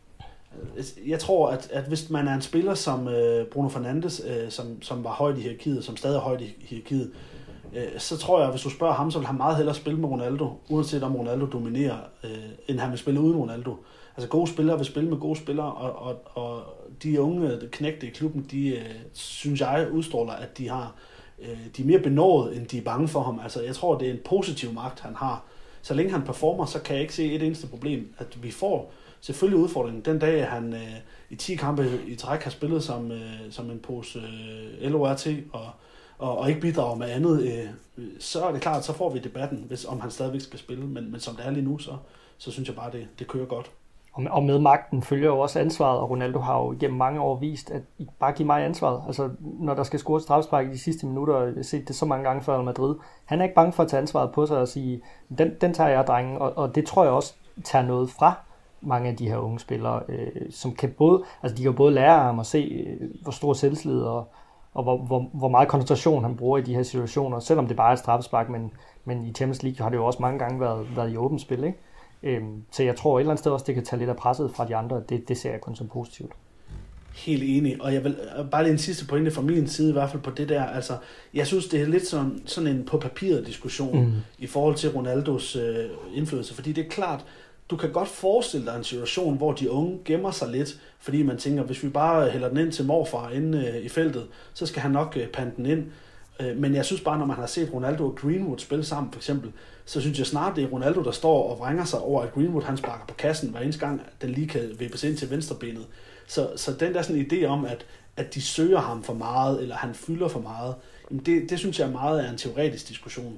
jeg tror, at, at hvis man er en spiller som øh, Bruno Fernandes, øh, som, som var højt i hierarkiet, som stadig er højt i hierarkiet, øh, så tror jeg, at hvis du spørger ham, så vil han meget hellere spille med Ronaldo, uanset om Ronaldo dominerer, øh, end han vil spille uden Ronaldo. Altså, gode spillere vil spille med gode spillere, og, og, og de unge knægte i klubben, de øh, synes jeg udstråler, at de har de er mere benådet, end de er bange for ham. Altså, jeg tror, det er en positiv magt, han har. Så længe han performer, så kan jeg ikke se et eneste problem. At vi får selvfølgelig udfordringen. Den dag, han øh, i ti kampe i træk har spillet som, øh, som en pose øh, L O R T, og, og, og ikke bidrager med andet, øh, så er det klart, så får vi debatten, hvis, om han stadigvæk skal spille. Men, men som det er lige nu, så, så synes jeg bare, det, det kører godt. Og med magten følger jo også ansvaret, og Ronaldo har jo gennem mange år vist, at I bare giv mig ansvaret. Altså, når der skal score straffespark i de sidste minutter, jeg har set det så mange gange før Real Madrid, han er ikke bange for at tage ansvaret på sig og sige, den, den tager jeg, drenge, og, og det tror jeg også tager noget fra mange af de her unge spillere, øh, som kan både, altså de kan både lære ham at se, øh, hvor stor selvtillid og, og hvor, hvor, hvor meget koncentration han bruger i de her situationer, selvom det bare er et straffespark, men, men i Champions League har det jo også mange gange været, været i åbent spil, ikke? Øhm, så jeg tror et eller andet sted også, det kan tage lidt af presset fra de andre. Det, det ser jeg kun som positivt. Helt enig, og jeg vil bare lige en sidste pointe fra min side, i hvert fald på det der. Altså, jeg synes, det er lidt sådan, sådan en på papiret diskussion mm. i forhold til Ronaldos øh, indflydelse, fordi det er klart, du kan godt forestille dig en situation, hvor de unge gemmer sig lidt, fordi man tænker, hvis vi bare hælder den ind til morfar inde øh, i feltet, så skal han nok øh, pande den ind. Øh, men jeg synes bare, når man har set Ronaldo og Greenwood spille sammen, for eksempel, så synes jeg snart, det er Ronaldo, der står og vrænger sig over, at Greenwood han sparker på kassen hver eneste gang, den lige kan vippes ind til venstrebenet. Så, så den der sådan idé om, at, at de søger ham for meget, eller han fylder for meget, det, det synes jeg meget er en teoretisk diskussion.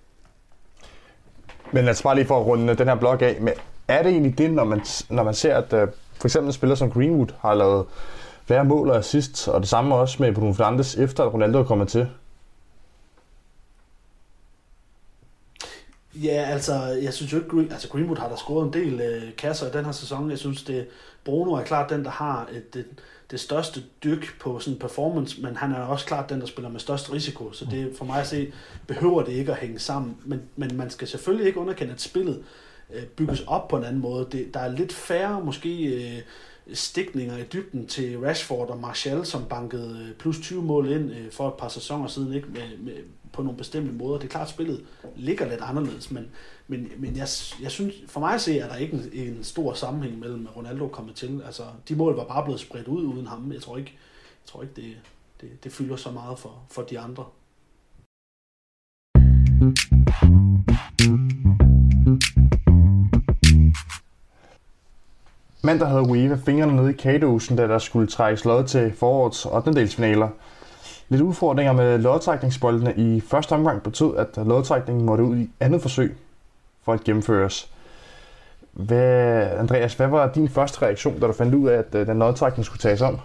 Men lad os bare lige for at runde den her blog af. Men er det egentlig det, når man, når man ser, at uh, for eksempel en spiller som Greenwood har lavet flere mål og assist, og det samme også med Bruno Fernandes, efter at Ronaldo er kommet til? Ja, altså, jeg synes jo ikke, Green, altså Greenwood har der scoret en del øh, kasser i den her sæson. Jeg synes, det Bruno er klart den, der har et, det, det største dyk på sådan performance, men han er også klart den, der spiller med størst risiko. Så det for mig at se, behøver det ikke at hænge sammen. Men, men man skal selvfølgelig ikke underkende, at spillet øh, bygges op på en anden måde. Det, der er lidt færre, måske... Øh, stikninger i dybden til Rashford og Martial, som bankede plus tyve mål ind for et par sæsoner siden, ikke med, med, på nogle bestemte måder. Det er klart, at spillet ligger lidt anderledes, men, men, men jeg, jeg synes, for mig at se, er der ikke en, en stor sammenhæng mellem Ronaldo kommet til. Altså, de mål var bare blevet spredt ud uden ham. Jeg tror ikke, jeg tror ikke det, det, det fylder så meget for, for de andre. Mandag havde UEFA fingrene nede i kagedåsen, da der skulle trækkes lod til forårets ottendedelsfinaler. Lidt udfordringer med lodtrækningsboldene i første omgang betød, at lodtrækningen måtte ud i andet forsøg for at gennemføres. Hvad, Andreas, hvad var din første reaktion, da du fandt ud af, at den lodtrækning skulle tages om?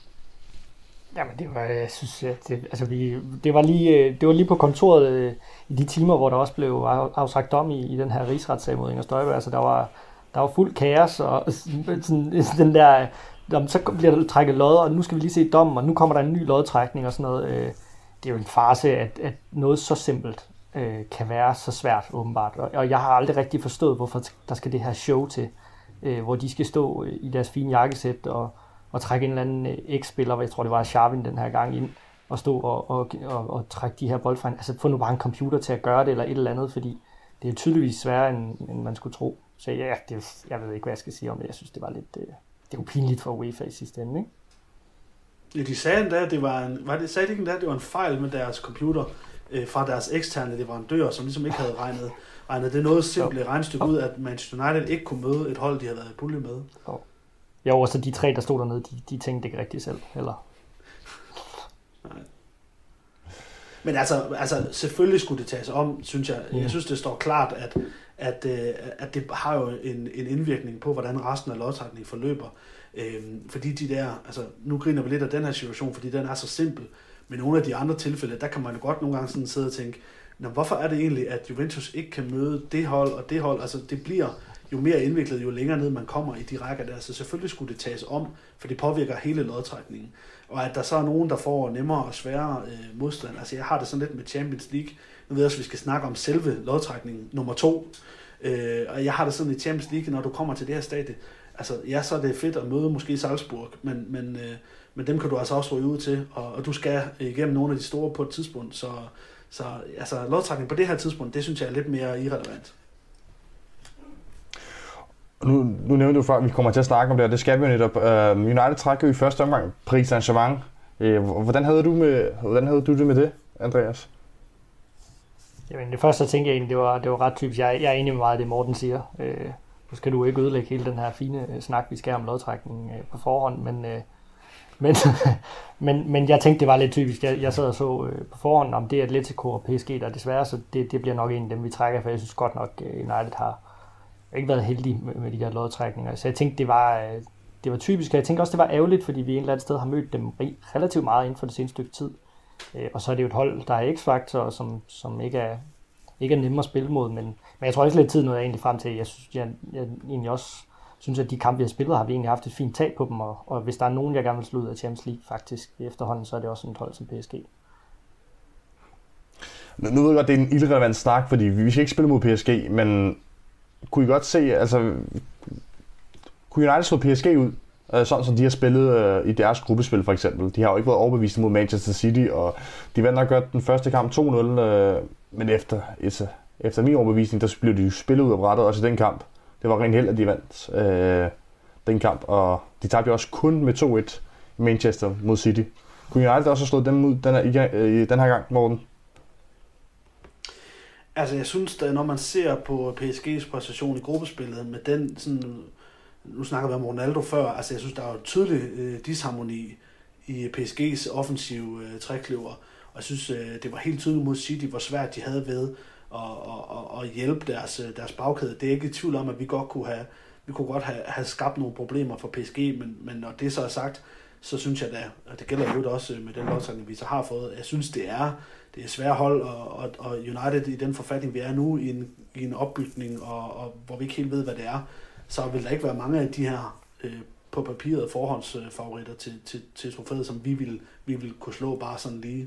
Jamen det var, jeg synes, at det, altså vi, det var lige, det var lige på kontoret øh, i de timer, hvor der også blev afsagt dom i, i den her rigsretssag mod Inger Støjberg. Altså der var Der var fuld kaos, og sådan, den der, så bliver der trækket lod, og nu skal vi lige se dommen, og nu kommer der en ny lodtrækning og sådan noget. Det er jo en farce, at, at noget så simpelt øh, kan være så svært, åbenbart. Og jeg har aldrig rigtig forstået, hvorfor der skal det her show til, øh, hvor de skal stå i deres fine jakkesæt og, og trække en eller anden eks-spiller, jeg tror det var Xavi den her gang ind, og stå og, og, og, og trække de her bold fra. Altså få nu bare en computer til at gøre det, eller et eller andet, fordi det er tydeligvis sværere, end, end man skulle tro. Så ja, det, jeg ved ikke, hvad jeg skal sige om det. Jeg synes, det var lidt, det, det var pinligt for UEFA i sidste ende, ikke? Ja, de sagde endda, det var en, var det, sagde de ikke endda, det var en fejl med deres computer øh, fra deres eksterne leverandører, som ligesom ikke havde regnet, regnet det noget simpelt regnstykke ud, at Manchester United ikke kunne møde et hold, de havde været i pulje med. Jo, jo, og så de tre, der stod dernede, de, de tænkte ikke rigtigt selv, eller? Nej. Men altså, altså, selvfølgelig skulle det tages om, synes jeg. Jeg synes, det står klart, at, at, at det har jo en, en indvirkning på, hvordan resten af lodtrækningen forløber. Øhm, fordi de der, altså, nu griner vi lidt af den her situation, fordi den er så simpel. Men nogle af de andre tilfælde, der kan man jo godt nogle gange sådan sidde og tænke, nå, hvorfor er det egentlig, at Juventus ikke kan møde det hold og det hold? Altså, det bliver jo mere indviklet, jo længere ned man kommer i de rækker der. Så selvfølgelig skulle det tages om, for det påvirker hele lodtrækningen. Og at der så er nogen, der får nemmere og sværere øh, modstand. Altså jeg har det sådan lidt med Champions League. Nu ved jeg også, at vi skal snakke om selve lodtrækningen nummer to. Øh, og jeg har det sådan i Champions League, når du kommer til det her stadie. Altså ja, så er det fedt at møde måske Salzburg, men, men, øh, men dem kan du altså også ryge ud til. Og, og du skal igennem nogle af de store på et tidspunkt. Så, så altså, lodtrækningen på det her tidspunkt, det synes jeg er lidt mere irrelevant. Nu, nu nævnte du før, at vi kommer til at snakke om det, og det skal vi jo netop. Uh, United trækker jo i første omgang Paris Saint-Germain. Uh, hvordan, havde du med, hvordan havde du det med det, Andreas? Jamen det første, jeg tænkte egentlig, det var, det var ret typisk. Jeg, jeg er enig med meget af det, Morten siger. Uh, nu skal du ikke ødelægge hele den her fine uh, snak, vi skal om lodtrækningen uh, på forhånd, men, uh, men, men, men jeg tænkte, det var lidt typisk. Jeg, jeg sad og så uh, på forhånd, om det er Atletico og P S G, der desværre, så det, det bliver nok en af dem, vi trækker, for jeg synes godt nok, uh, United har ikke været heldig med, med de her lodtrækninger. Så jeg tænkte, det var, det var typisk. Jeg tænkte også, det var ærgerligt, fordi vi en eller anden sted har mødt dem relativt meget inden for det seneste stykke tid. Og så er det jo et hold, der er X-faktor, som, som ikke er, ikke er nemme at spille mod. Men, men jeg tror også lidt tid noget egentlig frem til. Jeg synes, jeg, jeg egentlig også synes, at de kampe, vi har spillet, har vi egentlig haft et fint tag på dem. Og, og hvis der er nogen, jeg gerne vil slå ud af Champions League faktisk efterhånden, så er det også et hold som P S G. Nu, nu ved jeg godt, det er en irrelevant snak, fordi vi skal ikke spille mod P S G, men kunne I godt se, altså, kunne United slå P S G ud, sådan som de har spillet øh, i deres gruppespil for eksempel. De har jo ikke været overbevist mod Manchester City, og de vandt nok godt den første kamp to nul, øh, men efter, efter, efter min overbevisning, der blev de jo spillet ud af brættet også i den kamp. Det var rent held, at de vandt øh, den kamp, og de tabte jo også kun med to et i Manchester mod City. Kunne United også have slået dem ud den her, i den her gang, Morten? Altså, jeg synes, at når man ser på P S G's præstation i gruppespillet, med den sådan, nu snakker vi om Ronaldo før, altså jeg synes, der er jo tydelig øh, disharmoni i P S G's offensive øh, trekløver, og jeg synes, øh, det var helt tydeligt mod City, hvor svært de havde ved at, at, at, at hjælpe deres, deres bagkæde. Det er ikke i tvivl om, at vi godt kunne have, vi kunne godt have, have skabt nogle problemer for P S G, men, men når det så er sagt, så synes jeg da, og det gælder jo også med den lodtrækning, vi så har fået, jeg synes, det er, det er svært hold, og, og, og United i den forfatning, vi er nu, i en, i en opbygning, og, og hvor vi ikke helt ved, hvad det er, så vil der ikke være mange af de her øh, på papiret forhåndsfavoritter til, til, til trofæet, som vi vil, vi vil kunne slå bare sådan lige.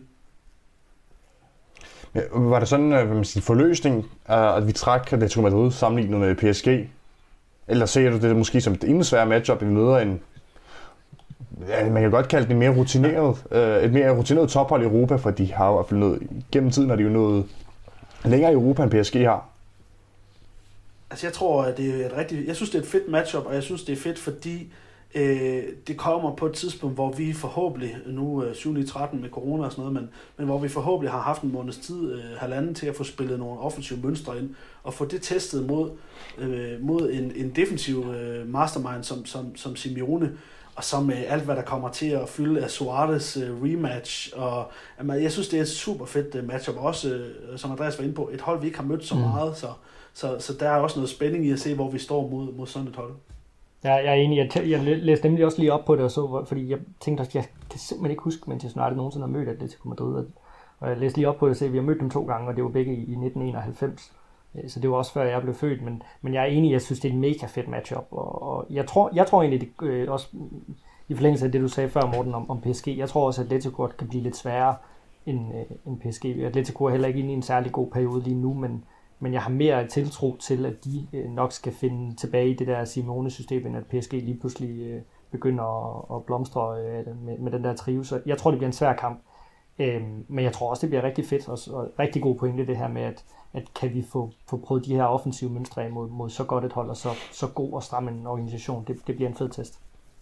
Var det sådan hvad man siger, forløsning, at vi træk Atletico Madrid sammenlignet med P S G? Eller ser du det måske som et endnu sværere matchup, vi møder en, ja, man kan godt kalde det en mere rutineret, øh, et mere rutineret tophold i Europa, for de har i hvert fald nået, gennem tiden har de jo nået længere i Europa, end P S G har. Altså jeg tror, at det er et rigtig, jeg synes, det er et fedt matchup, og jeg synes, det er fedt, fordi øh, det kommer på et tidspunkt, hvor vi forhåbentlig, nu er syv ni tretten med corona og sådan noget, men, men hvor vi forhåbentlig har haft en måneds tid, øh, halvanden til at få spillet nogle offensive mønstre ind, og få det testet mod, øh, mod en, en defensiv øh, mastermind som, som, som Simeone, og så med alt, hvad der kommer til at fylde af Suarez uh, rematch. Og, jamen, jeg synes, det er et super fedt uh, matchup. Også, uh, som Andreas var inde på, et hold, vi ikke har mødt så meget. Så, så, så der er også noget spænding i at se, hvor vi står mod, mod sådan et hold. Ja, jeg er enig. Jeg, t- jeg læste nemlig også lige op på det, og så, fordi jeg tænkte også, jeg kan simpelthen ikke huske, Manchester United nogensinde har mødt Atletico Madrid. Og jeg læste lige op på det og se, at vi har mødt dem to gange, og det var begge i, i nitten enoghalvfems. Så det var også før jeg blev født, men, men jeg er enig, jeg synes, det er et mega fedt matchup. Og, og jeg, tror, jeg tror egentlig, det øh, også i forlængelse af det, du sagde før, Morten, om, om P S G, jeg tror også, at Atletico kan blive lidt sværere end, øh, end P S G. Atletico er heller ikke inde i en særlig god periode lige nu, men, men jeg har mere tiltro til, at de øh, nok skal finde tilbage i det der Simeone-system, end at P S G lige pludselig øh, begynder at, at blomstre øh, med, med den der trives. Så jeg tror, det bliver en svær kamp, øh, men jeg tror også, det bliver rigtig fedt og, og rigtig god pointe, det her med, at, at kan vi få, få prøvet de her offensive mønstre mod, mod så godt et hold og så, så god og stram en organisation. Det, det bliver en fed test.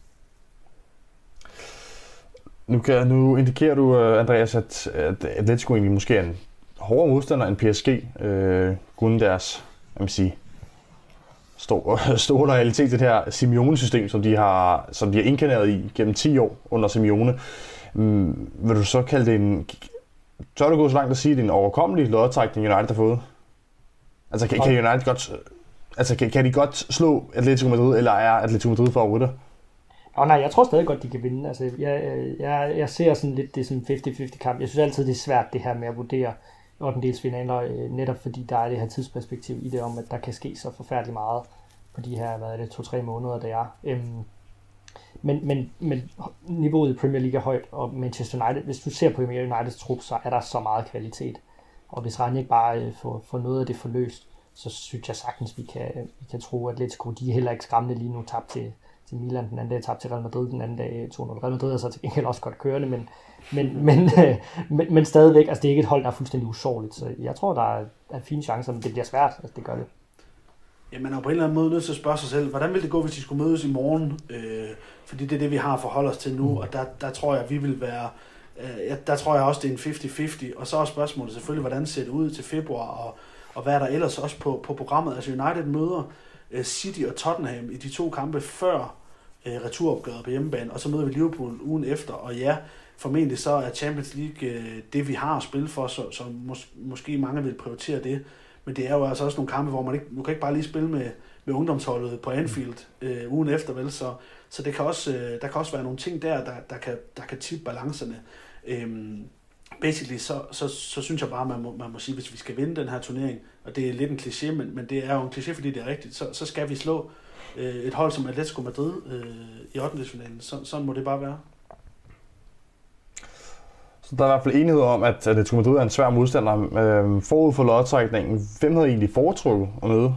Nu, kan, nu indikerer du, Andreas, at, at Atletico egentlig måske er en hårdere modstander end P S G, øh, grundet deres, hvad man sige, stor, store loyalitet til det her Simeone-system, som de har, som de har inkarneret i gennem ti år under Simeone. Mm, vil du så kalde det en, så er du gået så langt at sige, at det er en overkommelig lodtrækning, United har fået? Altså kan, kan United godt, altså kan, kan de godt slå Atletico Madrid, eller er Atletico Madrid favoritter? Åh nej, jeg tror stadig godt, de kan vinde. Altså, jeg, jeg, jeg ser sådan lidt det som halvtreds halvtreds kamp. Jeg synes altid, det er svært det her med at vurdere ottendedelsfinaler, netop fordi der er det her tidsperspektiv i det om, at der kan ske så forfærdeligt meget på de her, hvad er det, to-tre måneder, der er. Øhm, men, men, men niveauet i Premier League er højt, og Manchester United, hvis du ser på Uniteds trup, så er der så meget kvalitet. Og hvis Rangnick bare øh, får, får noget af det forløst, så synes jeg sagtens, vi kan, vi kan tro, at Atletico, de er heller ikke skræmmende lige nu, tabt til til Milan, den anden dag tabte til Real Madrid, den anden dag to nul. Real Madrid er så til gengæld også godt kørende, men, men, men, men, men stadigvæk, altså det er ikke et hold, der er fuldstændig usårligt, så jeg tror, der er, er fine chancer, men det bliver svært, altså det gør det. Ja, man er på en eller anden måde nødt til at spørge sig selv, hvordan vil det gå, hvis de skulle mødes i morgen? Øh, fordi det er det, vi har at forholde os til nu, og der, der tror jeg, vi vil være, øh, der tror jeg også, det er en halvtreds halvtreds, og så er spørgsmålet selvfølgelig, hvordan ser det ud til februar, og, og hvad er der ellers også på, på programmet? Altså United møder øh, City og Tottenham i de to kampe før returopgøret på hjemmebane, og så møder vi Liverpool ugen efter, og ja, formentlig så er Champions League øh, det, vi har at spille for, så, så mås- måske mange vil prioritere det, men det er jo altså også nogle kampe, hvor man ikke, du kan ikke bare lige spille med, med ungdomsholdet på Anfield øh, ugen efter, vel, så, så det kan også, øh, der kan også være nogle ting der, der, der, kan, der kan tippe balancerne. Øhm, basically, så, så, så synes jeg bare, man må, man må sige, hvis vi skal vinde den her turnering, og det er lidt en kliché, men, men det er jo en kliché, fordi det er rigtigt, så, så skal vi slå et hold som Atletico Madrid øh, i ottendedelsfinalen. Så, sådan må det bare være. Så der er i hvert fald enighed om, at Atletico Madrid er en svær modstander. Øh, forud for lodtrækningen, hvem havde egentlig foretrukket at møde?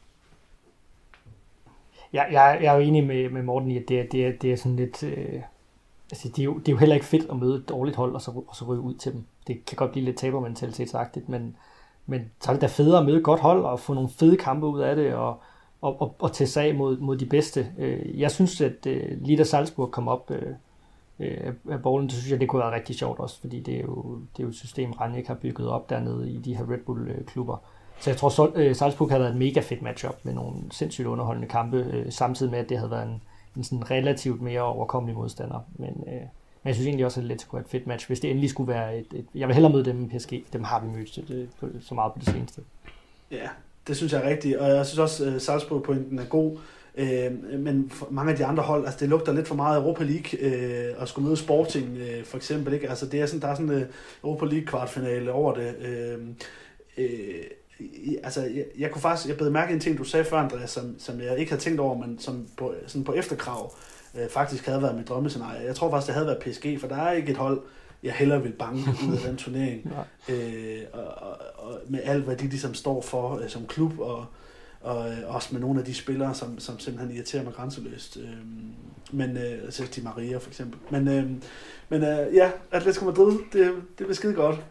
Ja, jeg, jeg er jo enig med, med Morten i, at det er, det er, det er sådan lidt... Øh, altså det, er jo, det er jo heller ikke fedt at møde et dårligt hold, og så, og så ryge ud til dem. Det kan godt blive lidt tabermentalitetsagtigt, men, men så er det da federe at møde et godt hold, og få nogle fede kampe ud af det, og og, og, og til sag mod, mod de bedste. Jeg synes, at uh, lige da Salzburg kom op uh, af bolden, så synes jeg, det kunne være rigtig sjovt også, fordi det er jo, det er jo et system, Rangnick har bygget op dernede i de her Red Bull-klubber. Så jeg tror, at Salzburg havde været et mega fedt matchup med nogle sindssygt underholdende kampe, samtidig med, at det havde været en, en sådan relativt mere overkommelig modstander. Men, uh, men jeg synes egentlig også, at det kunne være et fedt match, hvis det endelig skulle være et... et jeg vil hellere møde dem end P S G. Dem har vi mødt det, så meget på det seneste. Ja, det synes jeg er rigtigt, og jeg synes også, at Salzburg-pointen er god. Øh, men for mange af de andre hold, altså det lugter lidt for meget Europa League øh, at skulle møde Sporting øh, for eksempel, ikke? Altså det er sådan, der er sådan en Europa League kvartfinale over det. Øh, øh, altså jeg, jeg kunne faktisk, jeg blev mærke en ting, du sagde før, Andreas, som, som jeg ikke havde tænkt over, men som på, sådan på efterkrav øh, faktisk havde været mit drømmescenarie. Jeg tror faktisk, det havde været P S G, for der er ikke et hold, jeg hellere vil banke ud af den turnering. øh, og, og, og med alt, hvad de ligesom står for øh, som klub, og og øh, også med nogle af de spillere, som, som simpelthen irriterer mig grænseløst. Øh, men, øh, altså Di Maria for eksempel. Men, øh, men øh, ja, Atletico Madrid, det, det bliver skide godt.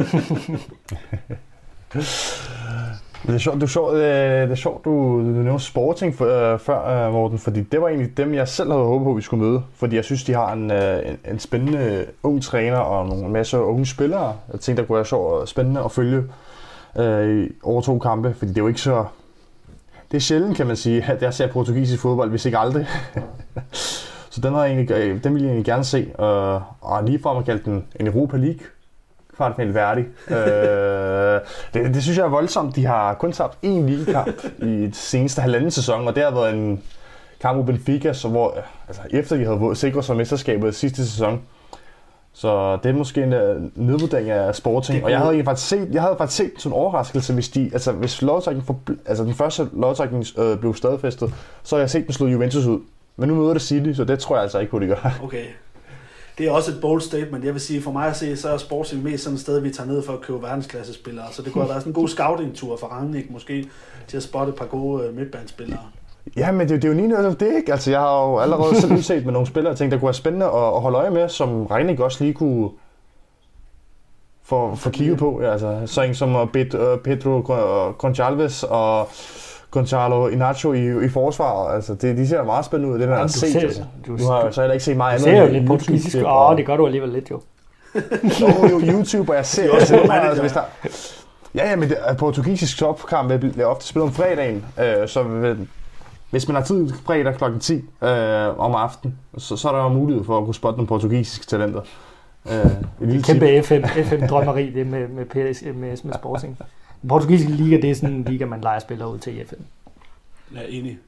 Det er sjovt, det er sjovt, det er sjovt du, du nævnte Sporting for, uh, før, uh, Morten, fordi det var egentlig dem, jeg selv havde håbet på, at vi skulle møde. Fordi jeg synes, de har en, uh, en, en spændende ung træner og nogle masse unge spillere. Jeg tænkte, der kunne være sjovt og spændende at følge uh, over to kampe, fordi det er jo ikke så... Det er sjældent, kan man sige, at jeg ser portugisisk fodbold, hvis ikke aldrig. Så den, har jeg egentlig, den vil jeg egentlig gerne se. Uh, og lige for at kalde den en Europa League kvartfinale værdig. øh, det, det synes jeg er voldsomt. De har kun tabt én ligakamp i det seneste halvanden sæson, og det har været en kamp mod Benfica, så hvor, altså, efter de havde sikret sig mesterskabet sidste sæson. Så det er måske en nedvurdering af Sporting. Og jeg havde faktisk set, jeg havde faktisk set sådan en overraskelse, hvis de, altså hvis lodtrækningen, altså den første lodtrækning øh, blev stadfæstet, så har jeg set dem slå Juventus ud. Men nu møder det City, så det tror jeg altså ikke på, de gør. Okay. Det er også et bold statement. Jeg vil sige, for mig at se, så er Sporting mest sådan et sted, vi tager ned for at købe verdensklassespillere. Så det kunne have været sådan en god scouting-tur for Rangnick måske, til at spotte et par gode midtbanespillere. Ja, men det, det er jo lige noget det, ikke? Altså, jeg har jo allerede selv udset med nogle spillere, og tænkt, der kunne være spændende at, at holde øje med, som Rangnick også lige kunne få, få kigget på. Ja, altså, så en som Pedro Gonçalves og Gonzalo Inacio i, i forsvar. Altså, det, de ser meget spændende ud, det der har set. Ser, altså. du, du har jo så heller ikke set meget andet. Du ser jo lidt portugisisk, og oh, det gør du alligevel lidt jo. Nå, jo, YouTube, og jeg ser også det meget, altså, hvis der... Ja, ja, men det, portugisisk topkamp bliver ofte spillet om fredagen, øh, så hvis man har tid fredag klokken ti øh, om aftenen, så, så er der jo mulighed for at kunne spotte nogle portugisiske talenter. Øh, det er kæmpe F M, F M-drømmeri det med, med, med, med, med Sporting. Den portugisiske liga, det er sådan en liga, man leger spillere ud til i F M. Jeg er enig.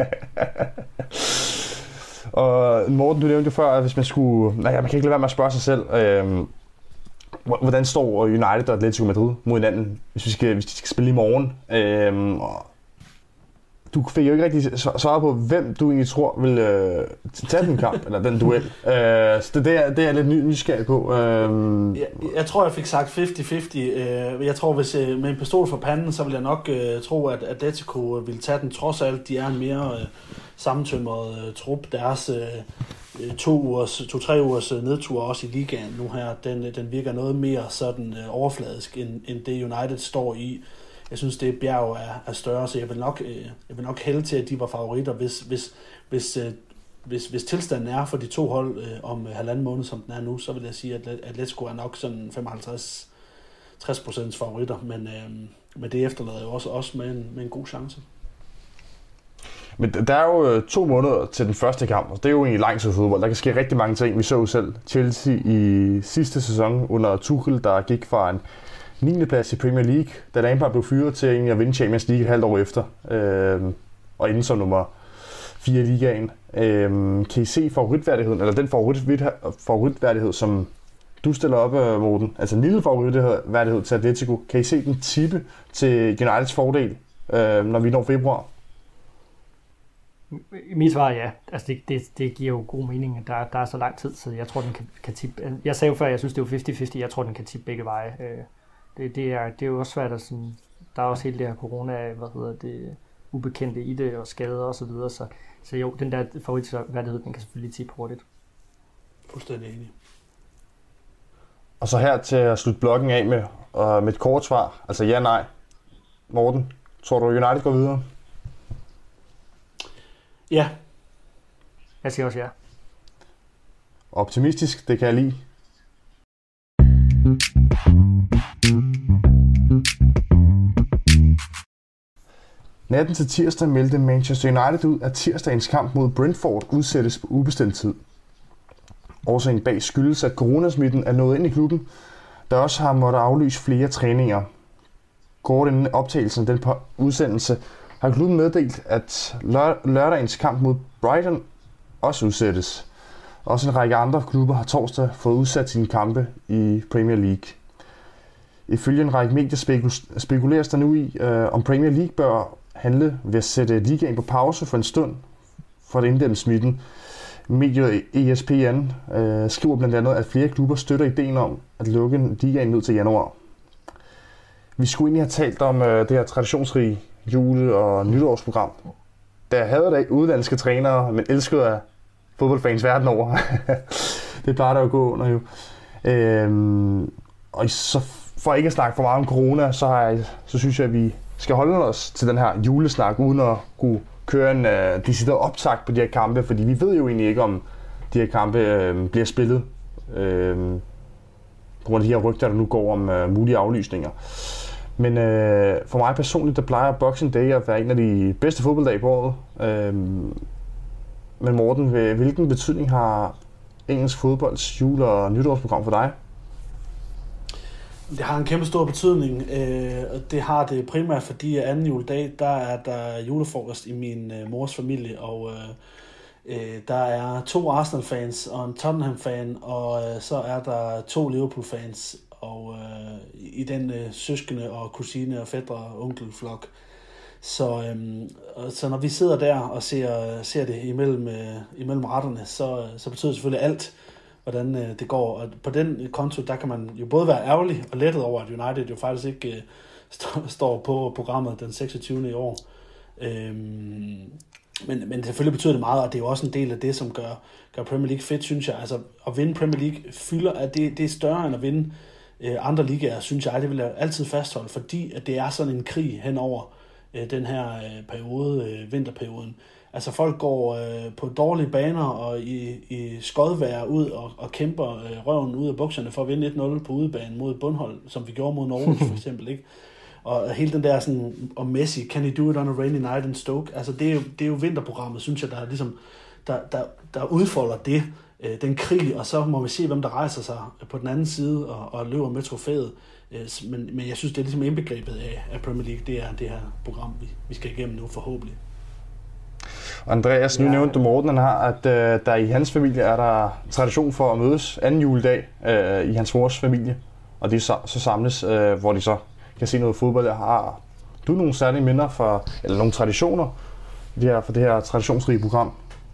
Og Morten, du nævnte jo før, at hvis man skulle... Nej, man kan ikke lade være med at spørge sig selv, øh, hvordan står United og Atletico Madrid mod hinanden, hvis, vi skal, hvis de skal spille i morgen? Øh, du fik jo ikke rigtig svaret på, hvem du egentlig tror vil øh, tage den kamp, eller den duel. Øh, så det, det, er, det er jeg lidt ny, nysgerrig på. Øh, jeg, jeg tror, jeg fik sagt halvtreds halvtreds. Øh, jeg tror, hvis øh, med en pistol for panden, så vil jeg nok øh, tro, at Atletico vil tage den. Trods alt, de er en mere øh, sammentømret øh, trup. Deres øh, to ugers, to-tre ugers øh, nedtur også i ligaen nu her, den, den virker noget mere sådan øh, overfladisk, end, end det United står i. Jeg synes, det bjerg er, er større, så jeg vil nok, øh, jeg vil nok hælde til, at de var favoritter, hvis, hvis, hvis, øh, hvis, hvis tilstanden er for de to hold øh, om øh, halvanden måned, som den er nu, så vil jeg sige, at Atletico er nok sådan femoghalvtreds til tres procent favoritter, men, øh, men det efterlader jo også, også med, en, med en god chance. Men der er jo to måneder til den første kamp, og det er jo egentlig lang tid fodbold. Der kan ske rigtig mange ting. Vi så jo selv Chelsea i sidste sæson under Tuchel, der gik fra en niende plads i Premier League, da Lampard blev fyret til egentlig at vinde Champions League et halvt år efter, øh, og inden som nummer fire i ligaen. Øh, kan I se favoritværdigheden, eller den favoritværdighed, som du stiller op, Morten, altså en lille favoritværdighed til Atletico, kan I se den tippe til Uniteds fordel, øh, når vi når februar? Mit svar er ja. Altså det, det, det giver jo god mening, at der, der er så lang tid, så jeg tror, den kan, kan tippe. Jeg sagde jo før, jeg synes, det var halvtreds halvtreds. Jeg tror, den kan tippe begge veje. Det, det, er, det er jo også svært at sådan... Der er også hele det her corona, hvad hedder det, ubekendte i det, og skader og så videre, så, så jo, den der favoritværdighed, den kan selvfølgelig tippe hurtigt. Fuldstændig enig. Og så her til at slutte bloggen af med, uh, med et kort svar, altså ja, nej. Morten, tror du United går videre? Ja. Jeg siger også ja. Optimistisk, det kan jeg lide. Natten til tirsdag meldte Manchester United ud, at tirsdagens kamp mod Brentford udsættes på ubestemt tid. Årsagen bag skyldes, at coronasmitten er nået ind i klubben, der også har måttet aflyse flere træninger. Kort inden optagelsen den på udsendelse har klubben meddelt, at lør- lørdagens kamp mod Brighton også udsættes. Også en række andre klubber har torsdag fået udsat sine kampe i Premier League. Ifølge en række medier spekul- spekuleres der nu i, øh, om Premier League bør handle ved at sætte ligaen på pause for en stund for at inddæmme smitten. Mediet E S P N øh, skriver blandt andet, at flere klubber støtter ideen om at lukke ligaen ned til januar. Vi skulle egentlig have talt om øh, det her traditionsrige jule- og nytårsprogram. Der havde der udenlandske trænere, men elskede af fodboldfans verden over. Det plejer der at gå under jo. Øhm, og så for ikke at snakke for meget om corona, så, har jeg, så synes jeg, at vi skal holde os til den her julesnak, uden at kunne køre en uh, decideret optakt på de her kampe, fordi vi ved jo egentlig ikke, om de her kampe uh, bliver spillet. Uh, på grund af de her rygter, der nu går om uh, mulige aflysninger. Men uh, for mig personligt, der plejer Boxing Day at være en af de bedste fodbolddage på året. Uh, men Morten, hvilken betydning har engelsk fodbolds jule- og nytårsprogram for dig? Det har en kæmpe stor betydning, øh, og det har det primært fordi at anden juledag, der er der julefrokost i min øh, mors familie, og øh, øh, der er to Arsenal-fans og en Tottenham-fan, og øh, så er der to Liverpool-fans, og øh, i den øh, søskende og kusine og fædre og onkelflok. Så, øh, så når vi sidder der og ser, ser det imellem, øh, imellem retterne, så, så betyder det selvfølgelig alt, hvordan øh, det går. Og på den konto, der kan man jo både være ærgerlig og lettet over, at United jo faktisk ikke øh, st- står på programmet den seksogtyvende i år. Øhm, men, men selvfølgelig betyder det meget, og det er jo også en del af det, som gør, gør Premier League fedt, synes jeg. Altså at vinde Premier League fylder, at det, det er større end at vinde øh, andre ligaer, synes jeg. Det vil jeg altid fastholde, fordi at det er sådan en krig hen over øh, den her øh, periode, øh, vinterperioden. Altså folk går øh, på dårlige baner og i, i skodvejr ud og, og kæmper øh, røven ud af bukserne for at vinde et nul på udebane mod bundhold, som vi gjorde mod Norge for eksempel, ikke? Og hele den der sådan, om Messi, can he do it on a rainy night in Stoke? Altså det er jo, det er jo vinterprogrammet, synes jeg, der er ligesom, der, der, der udfolder det, øh, den krig, og så må vi se, hvem der rejser sig på den anden side og, og løber med trofæet. Øh, men, men jeg synes, det er ligesom indbegrebet af, af Premier League, det er det her program, vi, vi skal igennem nu forhåbentlig. Andreas, nu ja. nævnte du Morten, han har, at øh, der i hans familie er der tradition for at mødes anden juledag øh, i hans mors familie, og de så, så samles, øh, hvor de så kan se noget fodbold. Har du nogle særlige minder for, eller nogle traditioner for det her, for det her traditionsrige program?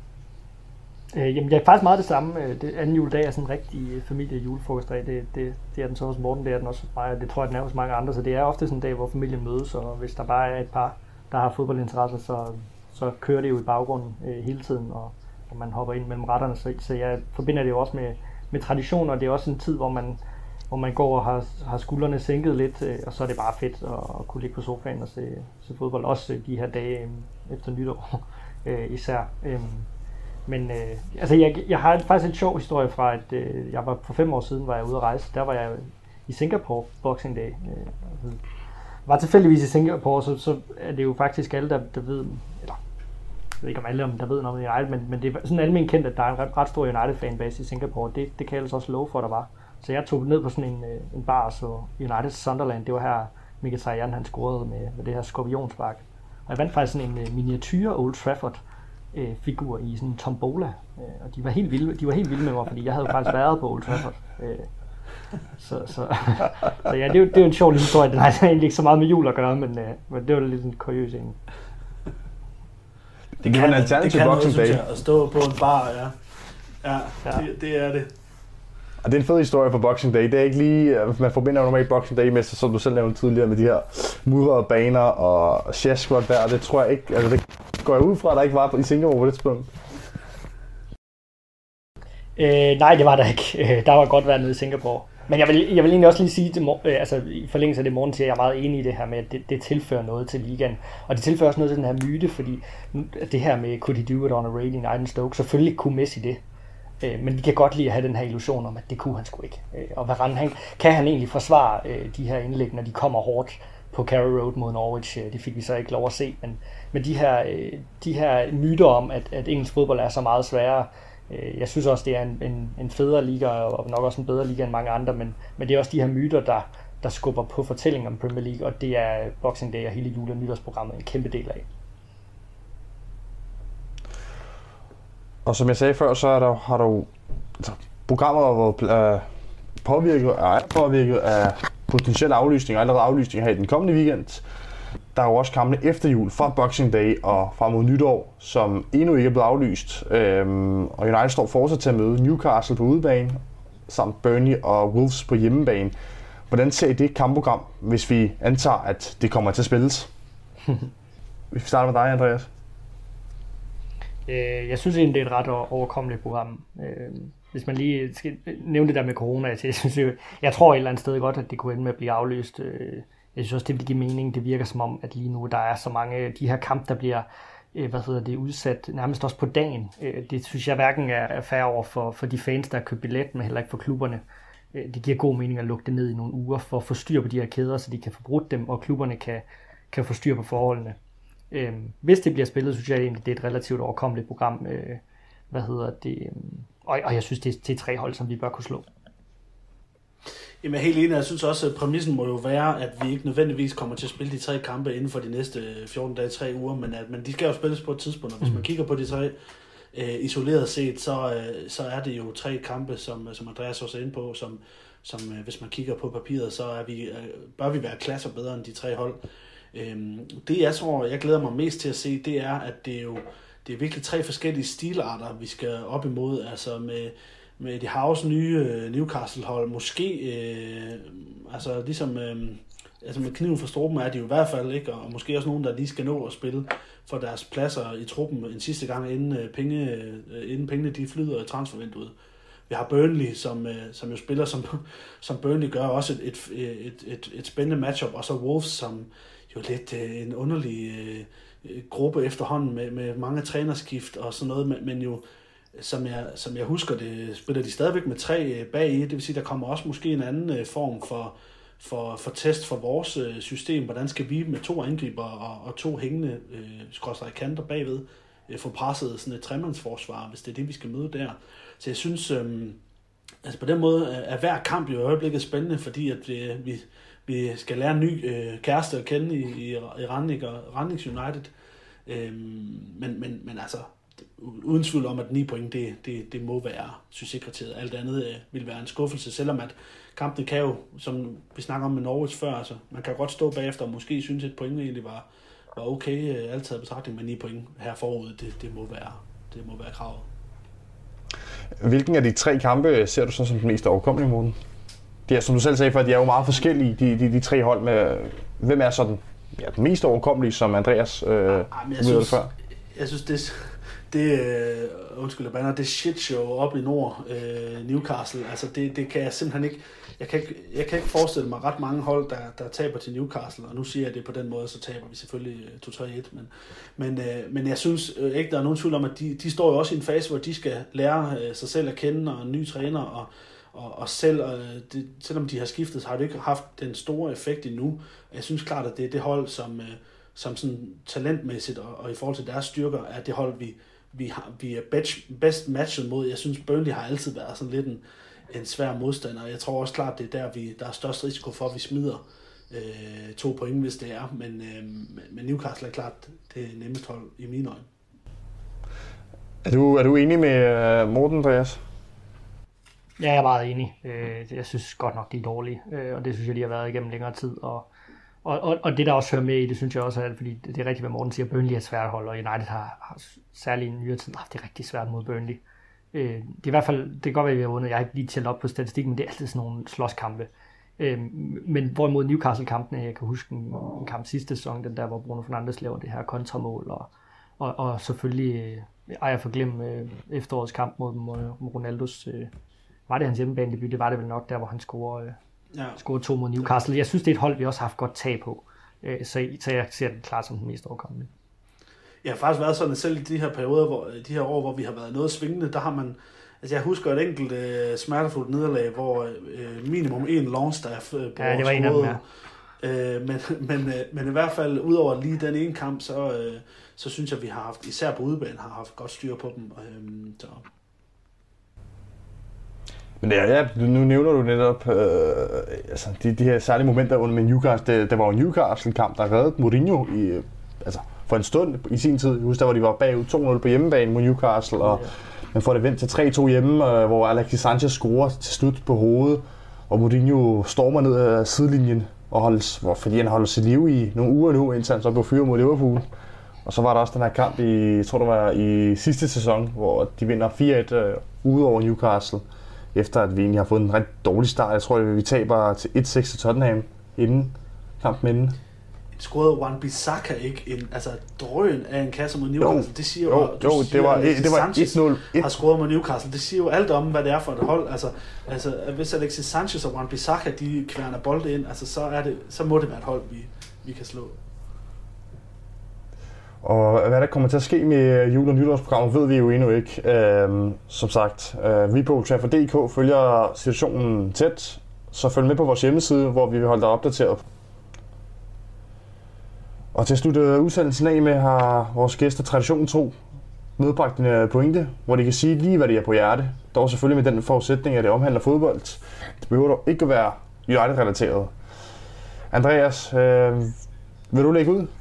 Øh, jamen, det er faktisk meget det samme. Det anden juledag er sådan en rigtig familie julefrokostdag. Det, det, det er den så hos Morten, det er den også hos mig, og det tror jeg, den er hos mange andre. Så det er ofte sådan en dag, hvor familien mødes, og hvis der bare er et par, der har fodboldinteresse, så så kører det jo i baggrunden øh, hele tiden, og, og man hopper ind mellem retterne, så, så jeg forbinder det jo også med, med traditioner, og det er også en tid, hvor man, hvor man går og har, har skuldrene sænket lidt, øh, og så er det bare fedt at, at kunne ligge på sofaen og se, se fodbold, også øh, de her dage øh, efter nytår øh, især. Øh, men øh, altså jeg, jeg har faktisk en sjov historie fra, at øh, jeg var for fem år siden, var jeg ude at rejse, der var jeg i Singapore Boxing Day. Øh, altså, var tilfældigvis i Singapore, så, så er det jo faktisk alle, der, der ved, eller jeg ved ikke om alle, om der ved noget om United, men, men det er sådan almindeligt kendt, at der er en ret, ret stor United-fanbase i Singapore. Det, det kan jeg altså også love for, at der var. Så jeg tog ned på sådan en, en bar, så United Sunderland, det var her Mkhitaryan, han scorede med, med det her skorpionspark. Og jeg vandt faktisk sådan en uh, miniatyre Old Trafford uh, figur i sådan en tombola, uh, og de var helt vilde, de var helt vilde med mig, fordi jeg havde jo faktisk været på Old Trafford. Uh, så, så, så ja, det er, jo, det er jo en sjov lille historie. Den har egentlig ikke så meget med jul at gøre, men, uh, men det var lidt en kuriøs en. Det giver en alternativ Boxing Day. At stå på en bar, ja. Ja, ja. Det, det er det. Og det er en fed historie for Boxing Day. Det er ikke lige, man forbinder jo normalt Boxing Day med, som du selv nævnte tidligere, med de her mudrede baner og chess-squat der. Det tror jeg ikke, altså det går jeg ud fra, at der ikke var i Singapore på det tidspunkt. Øh, nej, det var der ikke. Der var godt været nede i Singapore. Men jeg vil, jeg vil egentlig også lige sige, det, altså i forlængelse af det Morten siger, jeg er meget enig i det her med, at det, det tilfører noget til ligaen. Og det tilfører også noget til den her myte, fordi det her med, could he do it on a rainy night in Stoke, selvfølgelig kunne Messi det. Men vi kan godt lide at have den her illusion om, at det kunne han sgu ikke. Og Varane, han, kan han egentlig forsvare de her indlæg, når de kommer hårdt på Carrow Road mod Norwich? Det fik vi så ikke lov at se. Men, men de, her, de her myter om, at, at engelsk fodbold er så meget sværere, jeg synes også, det er en, en, en federe liga, og nok også en bedre liga end mange andre, men, men det er også de her myter, der, der skubber på fortællingen om Premier League, og det er Boxing Day og hele jule- og nytårsprogrammet en kæmpe del af. Og som jeg sagde før, så er der, har du altså, programmer, hvor øh, påvirket, er påvirket af potentielle aflysninger, allerede aflysninger her i den kommende weekend. Der er jo også kampene efter jul, fra Boxing Day og frem mod nytår, som endnu ikke er blevet aflyst. Øhm, og United står fortsat til at møde Newcastle på udebane, samt Burnley og Wolves på hjemmebane. Hvordan ser I det kampprogram, hvis vi antager, at det kommer til at spilles? Vi starter med dig, Andreas. Jeg synes egentlig, det er et ret overkommeligt program. Hvis man lige skal nævne det der med corona, jeg, synes, jeg, jeg tror et eller andet sted godt, at det kunne ende med at blive aflyst. Jeg synes også, det vil give mening. Det virker som om, at lige nu der er så mange af de her kampe, der bliver hvad hedder det, udsat nærmest også på dagen. Det synes jeg hverken er fair over for, for de fans, der har købt billet, men heller ikke for klubberne. Det giver god mening at lukke det ned i nogle uger for at få styr på de her kæder, så de kan få brudt dem, og klubberne kan, kan få styr på forholdene. Hvis det bliver spillet, synes jeg egentlig, det er et relativt overkommeligt program. Hvad hedder det? Og, og jeg synes, det er, det er tre hold, som vi bør kunne slå. Jamen jeg er helt enig, jeg synes også, at præmissen må jo være, at vi ikke nødvendigvis kommer til at spille de tre kampe inden for de næste fjorten dage, tre uger, men, at, men de skal jo spilles på et tidspunkt, og hvis man kigger på de tre øh, isoleret set, så, øh, så er det jo tre kampe, som, som Andreas også er inde på, som, som øh, hvis man kigger på papiret, så er vi, øh, bør vi være klasser bedre end de tre hold. Øh, det jeg tror, jeg glæder mig mest til at se, det er, at det er jo det er virkelig tre forskellige stilarter, vi skal op imod, altså med med de House nye Newcastle-hold, måske, øh, altså ligesom, øh, altså med kniven for struben er de jo i hvert fald, ikke, og måske også nogen, der lige skal nå at spille for deres pladser i truppen en sidste gang, inden, øh, penge, øh, inden pengene de flyder i transfervinduet. Vi har Burnley, som, øh, som jo spiller, som, som Burnley gør, også et, et, et, et, et spændende matchup, og så Wolves, som jo lidt øh, en underlig øh, gruppe efterhånden, med, med mange trænerskift og sådan noget, men, men jo Som jeg, som jeg husker det, spiller de stadigvæk med tre bag i. Det vil sige, der kommer også måske en anden form for, for, for test for vores system. Hvordan skal vi med to angriber og, og to hængende øh, skråstreg kanter bagved øh, få presset sådan et tremandsforsvar, hvis det er det, vi skal møde der. Så jeg synes, øh, altså på den måde er hver kamp i øjeblikket spændende, fordi at vi, vi, vi skal lære en ny øh, kæreste at kende i, i, i Randing og Randings United. Øh, men, men, men altså, uden tvivl om, at ni point, det, det, det må være succeskriteriet. Alt andet øh, vil være en skuffelse, selvom at kampene kan jo, som vi snakker om med Norwich før, altså, man kan godt stå bagefter og måske synes, at et point egentlig var, var okay, øh, alt taget betragtning, men ni point her forud, det, det, må være, det må være kravet. Hvilken af de tre kampe ser du så som den mest overkommelige måde? Det er, som du selv sagde før, de er jo meget forskellige, de, de, de tre hold med, hvem er så den, ja, den mest overkommelige, som Andreas øh, ja, jeg synes, før? Jeg synes, det Det, uh, undskyld, banner, det shit show op i nord, uh, Newcastle, altså det, det kan jeg simpelthen ikke, jeg kan ikke, jeg kan ikke forestille mig ret mange hold, der, der taber til Newcastle, og nu siger jeg det på den måde, så taber vi selvfølgelig to tre et, men, men, uh, men jeg synes uh, ikke, der er nogen tvivl om, at de, de står jo også i en fase, hvor de skal lære uh, sig selv at kende, og en ny træner, og, og, og selv, uh, det, selvom de har skiftet, så har det ikke haft den store effekt endnu. Jeg synes klart, at det er det hold, som, uh, som sådan talentmæssigt, og, og i forhold til deres styrker, er det hold, vi Vi, har, vi er bedst matchet mod. Jeg synes, Burnley har altid været sådan lidt en, en svær modstander. Jeg tror også klart, det er der, vi, der er størst risiko for, at vi smider øh, to point, hvis det er. Men, øh, men Newcastle er klart det nemmeste hold i mine øjne. Er du, er du enig med uh, Morten, Andreas? Ja, jeg er meget enig. Jeg synes godt nok, de er dårlige, og det synes jeg, de har været igennem længere tid. Og Og, og, og det, der også hører med i, det synes jeg også er, fordi det er rigtigt, hvad Morten siger, Burnley er svært hold, og United har, har særligt i nyere tid haft det rigtig svært mod Burnley. Øh, det er i hvert fald, det kan godt være, at vi har vundet, jeg har ikke lige talt op på statistikken, men det er altid sådan nogle slåskampe. Øh, men hvorimod Newcastle-kampene, jeg kan huske en, en kamp sidste sæson, den der, hvor Bruno Fernandes laver det her kontramål, og, og, og selvfølgelig øh, ej jeg forglemme øh, efterårets kamp mod, mod, mod Ronaldos, øh, var det hans hjemmebanedebut, det var det vel nok der, hvor han scorer øh, Ja. Scoret to mod Newcastle. Jeg synes, det er et hold, vi også har haft godt tag på. Så, så jeg ser den klart som den mest overkommende. Jeg har faktisk været sådan, at selv i de her perioder, hvor, de her år, hvor vi har været noget svingende, der har man, altså jeg husker et enkelt uh, smertefuldt nederlag, hvor uh, minimum en Longstaff uh, på ja, det var en af dem, ja. uh, men, men, uh, men i hvert fald, udover lige den ene kamp, så, uh, så synes jeg, vi har haft, især på udebane, har haft godt styr på dem. Uh, så. Men det er, ja, nu nævner du netop øh, altså de, de her særlige momenter under med Newcastle. Det, det var jo en Newcastle-kamp, der reddede Mourinho i, altså for en stund i sin tid. Jeg husker, der hvor de var bagud to nul på hjemmebane mod Newcastle, og man får det vendt til tre to hjemme, øh, hvor Alexis Sanchez scorer til slut på hovedet, og Mourinho stormer ned ad sidelinjen, og holdes, hvor, fordi han holder sit liv i nogle uger nu, indtil han så blev fyret mod Liverpool. Og så var der også den her kamp i, jeg tror det var i sidste sæson, hvor de vinder fire et øh, ude over Newcastle, efter at vi egentlig har fået en ret dårlig start. Jeg tror, at vi taber til et seks til Tottenham inden kampen inden. Scorede Wan-Bissaka ikke en altså drøn af en kasse mod Newcastle? Jo, det siger jo, jo, jo det siger, var det var et nul. Har scoret mod Newcastle. Det siger jo alt om, hvad det er for et hold. Altså, altså hvis Alexis Sanchez og Wan-Bissaka de kværner bolde ind, altså så er det så må det være et hold vi vi kan slå. Og hvad der kommer til at ske med jule- og nytårsprogrammet, ved vi jo endnu ikke. Øhm, som sagt, øh, vi på Old Trafford punktum d k følger situationen tæt, så følg med på vores hjemmeside, hvor vi vil holde dig opdateret. Og til at slutte udsendelsen af med har vores gæster traditionen tro medbragt en pointe, hvor de kan sige lige, hvad det er på hjerte. Dog selvfølgelig med den forudsætning, at det omhandler fodbold. Det behøver dog ikke at være United-relateret. Andreas, øh, vil du lægge ud?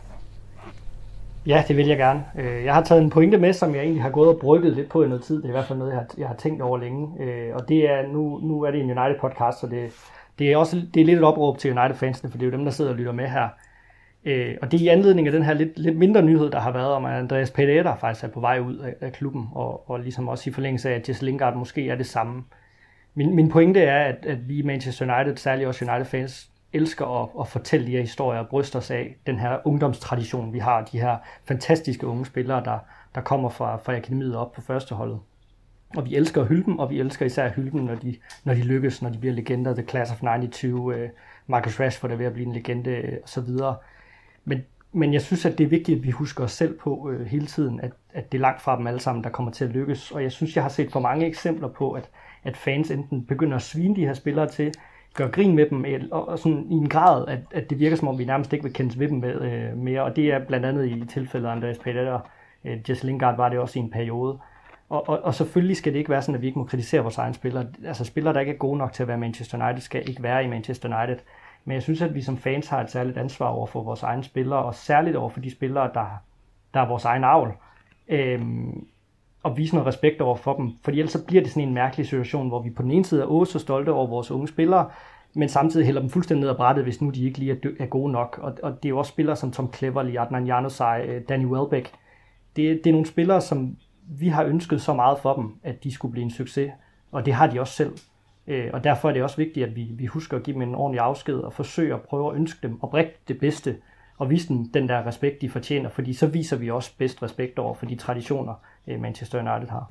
Ja, det vil jeg gerne. Jeg har taget en pointe med, som jeg egentlig har gået og brygget lidt på i noget tid. Det er i hvert fald noget, jeg har, jeg har tænkt over længe. Og det er, nu, nu er det en United-podcast, så det, det er også det er lidt et opråb til United-fansene, for det er jo dem, der sidder og lytter med her. Og det er i anledning af den her lidt, lidt mindre nyhed, der har været om, at Andreas Pereira faktisk er på vej ud af, af klubben, og, og ligesom også i forlængelse af, at Jesse Lingard måske er det samme. Min, min pointe er, at, at vi i Manchester United, særligt også United-fans, elsker at, at fortælle de her historier og bryster os af den her ungdomstradition, vi har, de her fantastiske unge spillere, der, der kommer fra, fra akademiet op på førsteholdet. Og vi elsker at hylde dem, og vi elsker især at hylde dem, når de, når de lykkes, når de bliver legender. The Class of nioghalvfems, uh, Marcus Rashford er ved at blive en legende, uh, og så videre. Men, men jeg synes, at det er vigtigt, at vi husker os selv på uh, hele tiden, at, at det er langt fra dem alle sammen, der kommer til at lykkes. Og jeg synes, jeg har set for mange eksempler på, at, at fans enten begynder at svine de her spillere til, gør grin med dem, og sådan i en grad, at, at det virker som om, vi nærmest ikke vil kendes ved dem med, øh, mere. Og det er blandt andet i tilfældet af Andreas Pereira. Øh, Jesse Lingard var det også i en periode. Og, og, og selvfølgelig skal det ikke være sådan, at vi ikke må kritisere vores egne spillere. Altså spillere, der ikke er gode nok til at være Manchester United, skal ikke være i Manchester United. Men jeg synes, at vi som fans har et særligt ansvar over for vores egne spillere, og særligt over for de spillere, der, der er vores egen avl. Øhm, og vise noget respekt over for dem. For ellers så bliver det sådan en mærkelig situation, hvor vi på den ene side er også så stolte over vores unge spillere, men samtidig hælder dem fuldstændig ned ad brættet, hvis nu de ikke lige er, dø- er gode nok. Og, og det er jo også spillere som Tom Cleverley, Adnan Januzaj, Danny Welbeck. Det, det er nogle spillere, som vi har ønsket så meget for dem, at de skulle blive en succes. Og det har de også selv. Og derfor er det også vigtigt, at vi, vi husker at give dem en ordentlig afsked og forsøge at prøve at ønske dem oprigtigt det bedste, og vise dem den der respekt, de fortjener, fordi så viser vi også bedst respekt over for de traditioner, Manchester United har.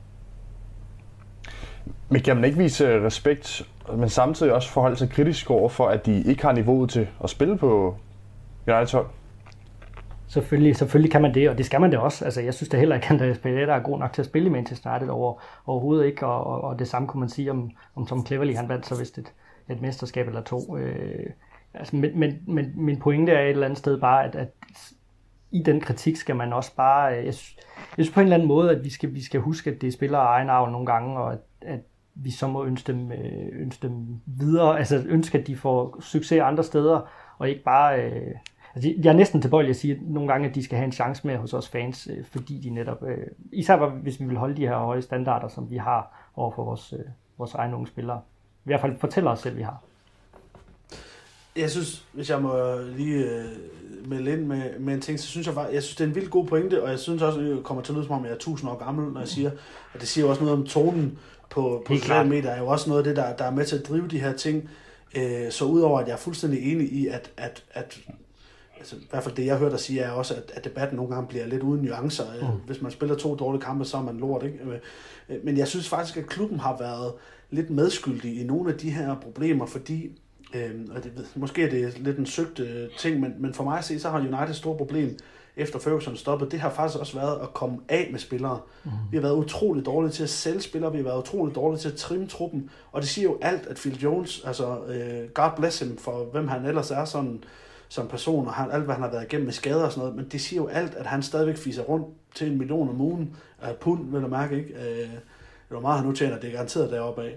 Men kan man ikke vise respekt, men samtidig også forholde sig kritisk over for, at de ikke har niveauet til at spille på Uniteds hold? Selvfølgelig, selvfølgelig kan man det, og det skal man det også. Altså, jeg synes da heller ikke, at Andreas Pereira er god nok til at spille i Manchester United over, overhovedet ikke, og, og, og det samme kunne man sige om, om Tom Cleverley. Han vandt så vist et, et mesterskab eller to. Øh, altså, men, men, men min pointe er et eller andet sted bare, at, at i den kritik skal man også bare... Jeg synes, jeg synes på en eller anden måde, at vi skal, vi skal huske, at det er spillere af egen avl nogle gange, og at, at vi så må ønske dem, ønske dem videre, altså ønske, at de får succes andre steder, og ikke bare... Altså, jeg er næsten tilbøjelig at sige, at nogle gange, at de skal have en chance med hos os fans, fordi de netop... Især hvis vi vil holde de her høje standarder, som vi har over for vores, vores egne unge spillere. I hvert fald fortæller os selv, vi har. Jeg synes, hvis jeg må lige øh, melde ind med, med en ting, så synes jeg bare, jeg synes, det er en vildt god pointe, og jeg synes også, at det kommer til at lyde som om, jeg er tusind år gammel, når jeg siger, at det siger også noget om tonen på, på sociale medier, er jo også noget af det, der, der er med til at drive de her ting. Øh, så udover, at jeg er fuldstændig enig i, at, at, at altså, i hvert fald det, jeg hørte dig sige, er også, at, at debatten nogle gange bliver lidt uden nuancer. Mm. Hvis man spiller to dårlige kampe, så er man lort, ikke? Men jeg synes faktisk, at klubben har været lidt medskyldig i nogle af de her problemer, fordi Øhm, og det, måske er det lidt en søgt øh, ting, men, men for mig at se, så har United et stort problem, efter Ferguson stoppede. Det har faktisk også været at komme af med spillere. Mm. Vi har været utroligt dårlige til at sælge spillere, vi har været utroligt dårlige til at trimme truppen, og det siger jo alt, at Phil Jones, altså øh, God bless him for hvem han ellers er sådan, som person, og han, alt hvad han har været igennem med skader og sådan noget, men det siger jo alt, at han stadigvæk fiser rundt til en million om ugen, uh, pund, vil jeg mærke, ikke? Uh, det var meget, han nu tjener, det er garanteret deroppe af.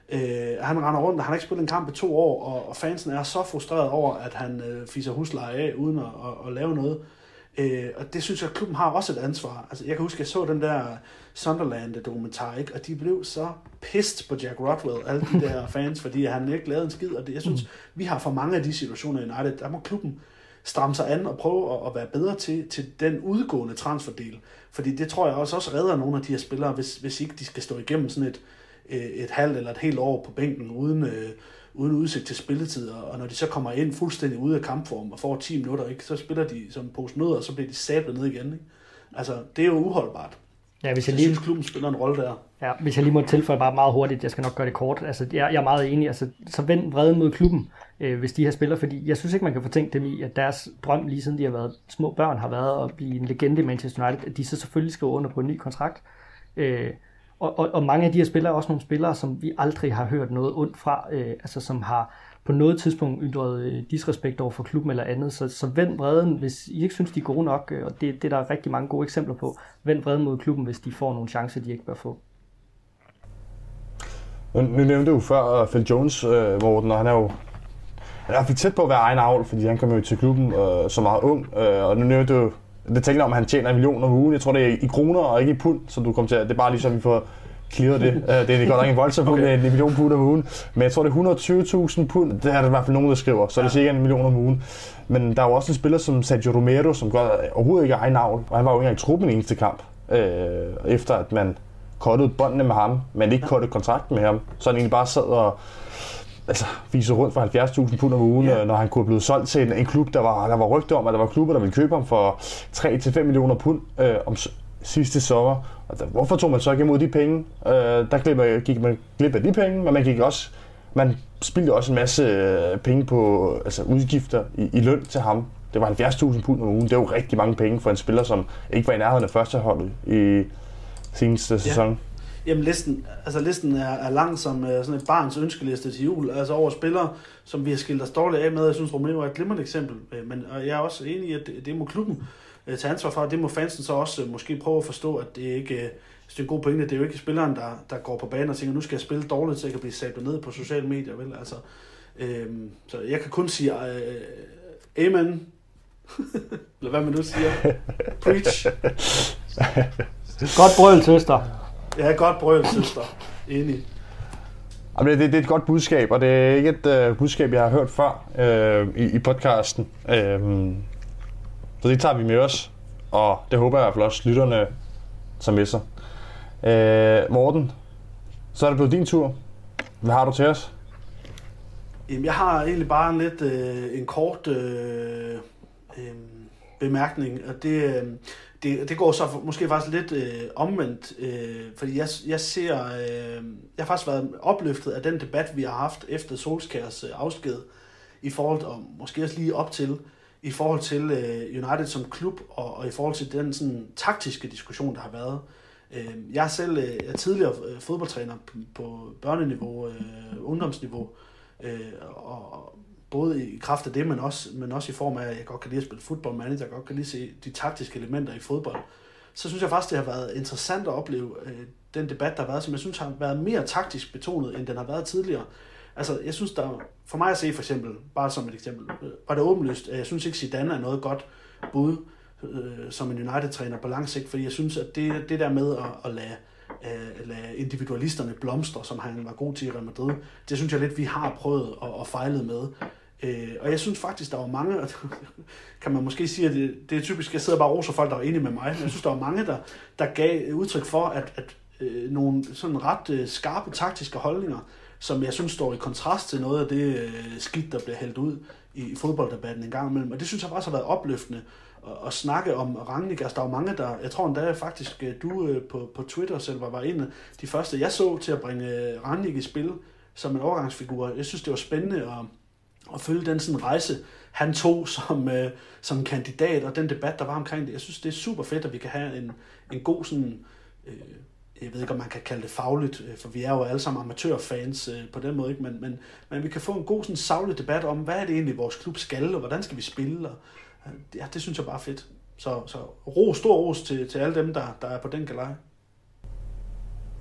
Øh, han render rundt, og han har ikke spillet en kamp i to år, og, og fansen er så frustreret over, at han øh, fiser husleje af, uden at, at, at lave noget. Øh, og det synes jeg, at klubben har også et ansvar. Altså, jeg kan huske, at jeg så den der Sunderland-dokumentar, ikke? Og de blev så pissed på Jack Rodwell, alle de der fans, fordi han ikke lavede en skid. Og det, jeg synes, vi har for mange af de situationer i United. Der må klubben stramme sig an og prøve at, at være bedre til, til den udgående transferdel. Fordi det tror jeg også, også redder nogle af de her spillere, hvis, hvis ikke de skal stå igennem sådan et, et halvt eller et helt år på bænken uden, øh, uden udsigt til spilletid. Og når de så kommer ind fuldstændig ude af kampform og får ti minutter, ikke, så spiller de som en pose nødder, og så bliver de sablet ned igen. Ikke? Altså, det er jo uholdbart. Ja, hvis jeg, jeg lige... synes, klubben spiller en rolle der. Ja, hvis jeg lige må tilføje bare meget hurtigt, jeg skal nok gøre det kort. Altså, jeg, jeg er meget enig. Altså, så vend vreden mod klubben, øh, hvis de her spiller, fordi jeg synes ikke, man kan fortænke dem i, at deres drøm, lige siden de har været små børn, har været at blive en legende i Manchester United, at de så selvfølgelig skriver under på en ny kontrakt. Øh, og, og, og mange af de her spillere er også nogle spillere, som vi aldrig har hørt noget ondt fra, øh, altså som har på noget tidspunkt ytret øh, disrespekt over for klubben eller andet. Så, så vend vreden, hvis I ikke synes, de er gode nok, øh, og det, det er der rigtig mange gode eksempler på, vend vreden mod klubben, hvis de får nogle chancer, de ikke bør få. Nu nævnte du før uh, Phil Jones, uh, Morten, og han er jo han er tæt på at være egen avl, fordi han kom jo til klubben uh, så meget ung, uh, og nu nævnte du, det tænker om, at han tjener en million om ugen. Jeg tror, det er i kroner og ikke i pund, så du kommer til at, det er bare ligesom, vi får clearet det. Uh, det er godt nok en voldsom pund, okay. En million pund om ugen, men jeg tror, det er et hundrede og tyve tusind pund, det er der i hvert fald nogen, der skriver, så ja. Det er cirka en million om ugen. Men der er jo også en spiller som Sergio Romero, som gør overhovedet ikke egen avl, og han var jo ikke engang i truppen i eneste kamp, uh, efter at man kottede båndene med ham, men ikke kottede kontrakten med ham, så han egentlig bare sad og altså, viser rundt for halvfjerds tusind pund om ugen, yeah. Når han kunne blive solgt til en, en klub, der var, der var rygte om, at der var klubber, der ville købe ham for tre til fem millioner pund øh, om sidste sommer. Og der, hvorfor tog man så ikke imod de penge? Øh, der glip, gik man glip af de penge, men man gik også, man spildte også en masse øh, penge på altså, udgifter i, i løn til ham. Det var halvfjerds tusind pund om ugen. Det er jo rigtig mange penge for en spiller, som ikke var i nærheden af førsteholdet i seneste sæson. Yeah. Jamen listen, altså listen er, er lang som uh, sådan et barns ønskeliste til jul, altså over spillere, som vi har skilt os dårligt af med. Jeg synes, Romeo er et glimrende eksempel, uh, men uh, jeg er også enig i, at det, det må klubben uh, tage ansvar for, og det må fansen så også uh, måske prøve at forstå, at det ikke uh, det er en god pointe. Det er jo ikke spilleren, der, der går på banen og tænker, nu skal jeg spille dårligt, så jeg kan blive sablet ned på sociale medier, vel? Altså, uh, så jeg kan kun sige, uh, amen, eller hvad man nu siger, preach. Godt brøl, søster. Ja, godt brøl, søster. Enig. Det, det, det er et godt budskab, og det er ikke et uh, budskab, jeg har hørt før uh, i, i podcasten. Uh, så det tager vi med os, og det håber jeg i hvert fald også, lytterne tager med sig. Uh, Morten, så er det blevet din tur. Hvad har du til os? Jamen, jeg har egentlig bare en lidt øh, en kort øh, øh, bemærkning, og det... Øh, Det, det går så måske faktisk lidt øh, omvendt, øh, fordi jeg, jeg ser, øh, jeg har faktisk været opløftet af den debat, vi har haft efter Solskjærs øh, afsked, i forhold til, og måske også lige op til, i forhold til øh, United som klub, og, og i forhold til den sådan, taktiske diskussion, der har været. Øh, jeg er selv øh, er tidligere øh, fodboldtræner på, på børneniveau, øh, ungdomsniveau, øh, og både i kraft af det, men også, men også i form af, at jeg godt kan lide at spille football manager, jeg godt kan lide at se de taktiske elementer i fodbold. Så synes jeg faktisk, det har været interessant at opleve øh, den debat, der har været, som jeg synes har været mere taktisk betonet, end den har været tidligere. Altså, jeg synes, der for mig at se for eksempel, bare som et eksempel, øh, var det åbenlyst, at jeg synes ikke, Zidane er noget godt bud øh, som en United-træner på lang sigt, fordi jeg synes, at det, det der med at, at lade Uh, lade individualisterne blomstre, som han var god til i Real Madrid. Det synes jeg lidt, vi har prøvet at, at fejle med. Uh, og jeg synes faktisk, der var mange, kan man måske sige, at det, det er typisk, jeg sidder bare og roser folk, der var enige med mig, men jeg synes, der var mange, der, der gav udtryk for, at, at uh, nogle sådan ret uh, skarpe taktiske holdninger, som jeg synes står i kontrast til noget af det uh, skidt, der bliver hældt ud i, i fodbolddebatten en gang imellem. Og det synes jeg faktisk har været opløftende at snakke om Rangnick. Altså, der var mange, der, jeg tror endda faktisk, du på, på Twitter selv var en af de første, jeg så til at bringe Rangnick i spil som en overgangsfigur. Jeg synes, det var spændende at, at følge den sådan rejse, han tog som, øh, som kandidat, og den debat, der var omkring det. Jeg synes, det er super fedt, at vi kan have en, en god sådan, øh, jeg ved ikke, om man kan kalde det fagligt, for vi er jo alle sammen amatørfans øh, på den måde, ikke? Men, men, men vi kan få en god sådan saglig debat om, hvad er det egentlig, vores klub skal, og hvordan skal vi spille, og ja, det synes jeg bare er fedt. Så, så ros, stor ros til, til alle dem, der, der er på den galej.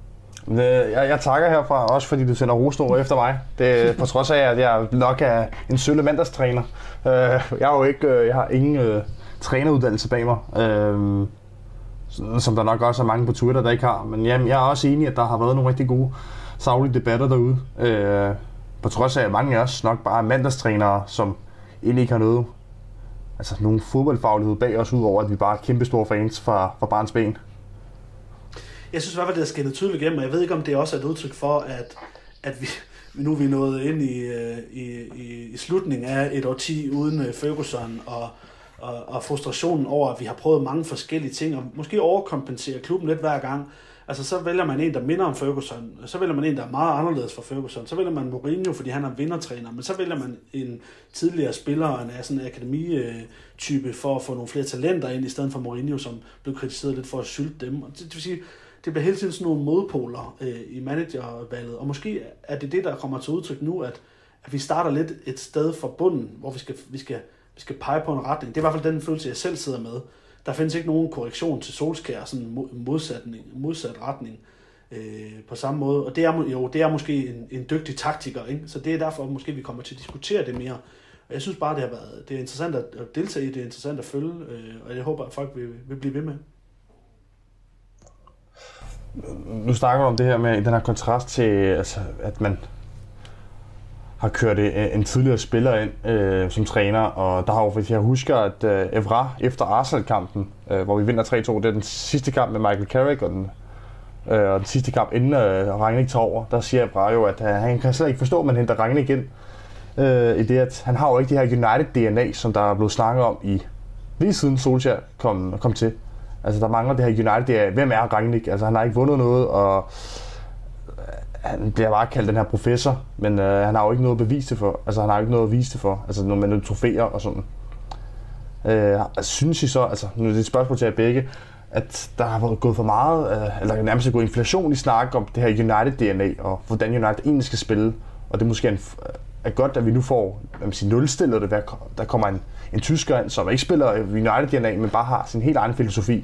Jeg, jeg takker herfra, også fordi du sender rosnord efter mig. Det, på trods af, at jeg nok er en sølle mandagstræner. Jeg, er jo ikke, jeg har ingen uh, træneruddannelse bag mig, uh, som der nok også er mange på Twitter, der ikke har. Men jamen, jeg er også enig, at der har været nogle rigtig gode saglige debatter derude. Uh, på trods af, at mange af os nok bare er mandagstrænere, som egentlig ikke har noget, altså nogen fodboldfaglighed bag os, udover at vi bare er kæmpe store fans fra, fra barns ben. Jeg synes i hvert fald, det er skinnet tydeligt igennem, og jeg ved ikke, om det også er et udtryk for, at, at vi, nu er vi nået ind i, i, i, i slutningen af et årti uden Ferguson, og, og, og frustrationen over, at vi har prøvet mange forskellige ting, og måske overkompensere klubben lidt hver gang. Altså, så vælger man en, der minder om Ferguson, så vælger man en, der er meget anderledes fra Ferguson, så vælger man Mourinho, fordi han er vindertræner, men så vælger man en tidligere spiller, en sådan en akademitype, for at få nogle flere talenter ind, i stedet for Mourinho, som blev kritiseret lidt for at sylte dem. Og det, det vil sige, det bliver hele tiden sådan nogle modpoler øh, i managervalget, og måske er det det, der kommer til udtryk nu, at, at vi starter lidt et sted fra bunden, hvor vi skal, vi, skal, vi skal pege på en retning. Det er i hvert fald den følelse, jeg selv sidder med. Der findes ikke nogen korrektion til Solskjær, sådan en modsatning, modsat retning øh, på samme måde. Og det er, jo, det er måske en, en dygtig taktiker, ikke? Så det er derfor, at måske vi kommer til at diskutere det mere. Og jeg synes bare, det har været det er interessant at deltage i, det er interessant at følge, øh, og jeg håber, at folk vil, vil blive ved med. Nu snakker du om det her med den her kontrast til, altså, at man har kørt en tidligere spiller ind øh, som træner, og der har jo, hvis jeg husker, at øh, Evra efter Arsenal-kampen, øh, hvor vi vinder tre to, det er den sidste kamp med Michael Carrick, og den, øh, og den sidste kamp inden øh, Rangnick tager over, der siger Evra jo, at øh, han kan slet ikke forstå, at man henter Rangnick ind, øh, i det, at han har jo ikke det her United-D N A, som der er blevet snakket om i lige siden Solskjær kom, kom til. Altså, der mangler det her United, det er, hvem er Rangnick? Altså, han har ikke vundet noget, og han bliver bare kaldt den her professor, men øh, han har jo ikke noget at bevise det for. Altså, han har ikke noget at vise det for. Altså, når man trofæer og sådan. Øh, synes I så, altså, nu er det et spørgsmål til jer begge, at der har været gået for meget, øh, eller nærmest gået inflation i snak om det her United-D N A, og hvordan United egentlig skal spille. Og det måske er, en, er godt, at vi nu får nulstillet det, der kommer en, en tysker ind, som ikke spiller United-D N A, men bare har sin helt egen filosofi.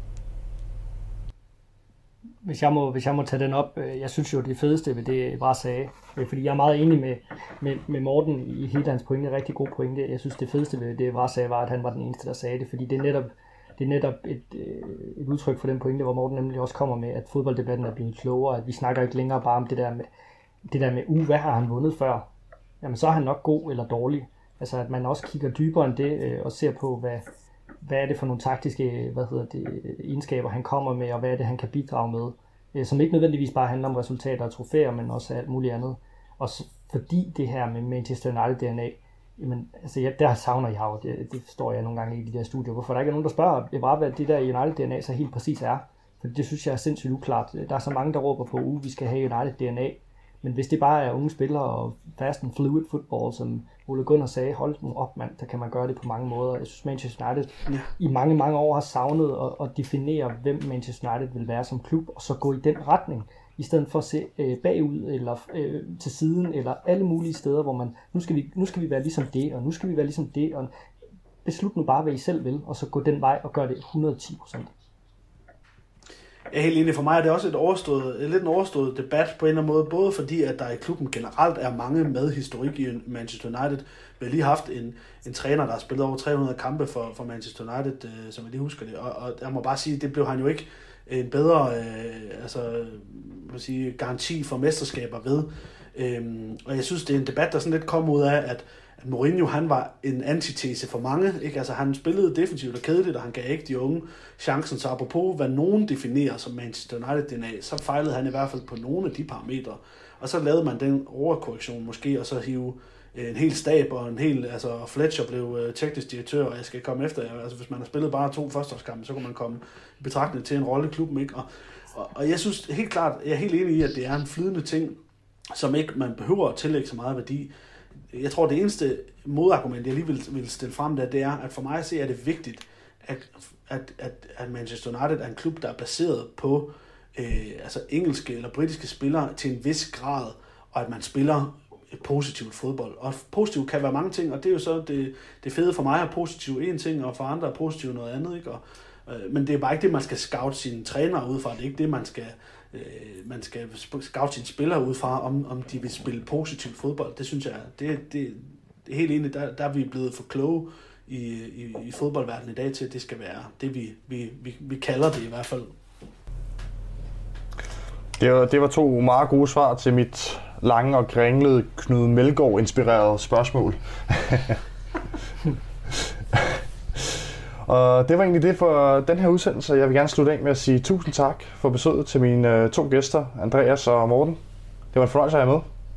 Hvis jeg, må, hvis jeg må tage den op, jeg synes jo, det fedeste ved det, Evra sagde, fordi jeg er meget enig med, med, med Morten i hele hans pointe, rigtig god pointe. Jeg synes, det fedeste ved det, Evra sagde, var, at han var den eneste, der sagde det, fordi det er netop, det er netop et, et udtryk for den pointe, hvor Morten nemlig også kommer med, at fodbolddebatten er blevet klogere, at vi snakker ikke længere bare om det der med, det der med uh, hvad har han vundet før? Jamen, så er han nok god eller dårlig. Altså, at man også kigger dybere end det, og ser på, hvad, hvad er det for nogle taktiske hvad hedder det, egenskaber, han kommer med, og hvad er det, han kan bidrage med, som ikke nødvendigvis bare handler om resultater og trofæer, men også alt muligt andet. Og så, fordi det her med Manchester United D N A, jamen, altså, ja, der savner jeg jo, det, det forstår jeg nogle gange i de der studier, hvorfor der ikke er nogen, der spørger, bare, hvad det der United D N A så helt præcis er. For det synes jeg er sindssygt uklart. Der er så mange, der råber på, uh, vi skal have United D N A, men hvis det bare er unge spillere og fast and fluid football, som Ole Gunnar sagde, hold nu op mand, der kan man gøre det på mange måder. Jeg synes Manchester United ja. i mange, mange år har savnet at, at definere, hvem Manchester United vil være som klub, og så gå i den retning, i stedet for at se øh, bagud eller øh, til siden, eller alle mulige steder, hvor man, nu skal, vi, nu skal vi være ligesom det, og nu skal vi være ligesom det, og beslut nu bare, hvad I selv vil, og så gå den vej og gøre det et hundrede og ti procent. Jeg er helt enig. For mig er det også et overstået, lidt en overstået debat på en eller anden måde, både fordi, at der i klubben generelt er mange med historik i Manchester United. Vi har lige haft en, en træner, der har spillet over tre hundrede kampe for, for Manchester United, øh, som jeg lige husker det. Og, og jeg må bare sige, det blev han jo ikke en bedre øh, altså, hvad sige, garanti for mesterskaber ved. Øhm, og jeg synes, det er en debat, der sådan lidt kom ud af, at at Mourinho, han var en antitese for mange, ikke? Altså, han spillede defensivt og kedeligt, og han gav ikke de unge chancen, så apropos, hvad nogen definerer som Manchester United D N A, så fejlede han i hvert fald på nogle af de parametre, og så lavede man den overkorrektion måske, og så hive en hel stab, og en hel, altså Fletcher blev teknisk direktør, og jeg skal komme efter jer, altså hvis man har spillet bare to førsteårskampe, så kan man komme i betragtning til en rolle i klubben, ikke? Og, og, og jeg synes helt klart, jeg er helt enig i, at det er en flydende ting, som ikke man behøver at tillægge så meget værdi. Jeg tror, det eneste modargument, jeg lige vil, vil stille frem der, det er, at for mig at se, er det vigtigt, at, at, at, at Manchester United er en klub, der er baseret på øh, altså engelske eller britiske spillere til en vis grad, og at man spiller et positivt fodbold. Og positivt kan være mange ting, og det er jo så det, det fede for mig er positivt en ting, og for andre er positivt noget andet, ikke? Og, øh, men det er bare ikke det, man skal scout sine trænere ud fra. Det er ikke det, man skal øh, man skal scoute sine spillere ud fra, om, om de vil spille positiv fodbold. Det synes jeg, det, det, det er helt enig, der, der er vi blevet for kloge i, i, i fodboldverdenen i dag til, at det skal være det, vi, vi, vi, vi kalder det i hvert fald. Det var, det var to meget gode svar til mit lange og kringlede Knud Melgaard-inspirerede spørgsmål. Og det var egentlig det for den her udsendelse. Jeg vil gerne slutte af med at sige tusind tak for besøget til mine to gæster, Andreas og Morten. Det var en fornøjelse at have med.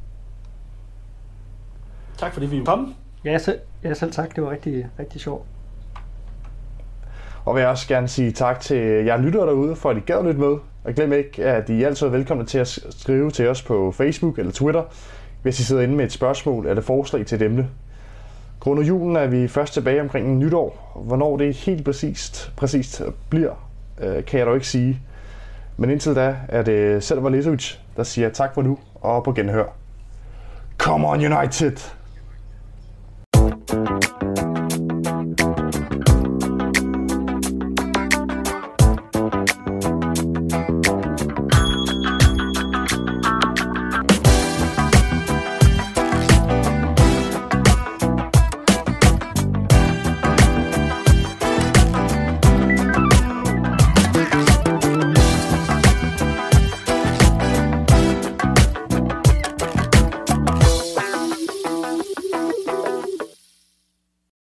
Tak fordi vi kom. Ja, selv, ja, selv tak. Det var rigtig, rigtig sjovt. Og vil jeg også gerne sige tak til jer lyttere derude, for at I gad lytte med. Og glem ikke, at I altid er velkomne til at skrive til os på Facebook eller Twitter, hvis I sidder inde med et spørgsmål eller forslag til et emne. Grundet julen er vi først tilbage omkring nytår. Hvornår det helt præcist, præcist bliver, kan jeg dog ikke sige. Men indtil da er det Selvar Lezovic, der siger tak for nu og på genhør. Come on United!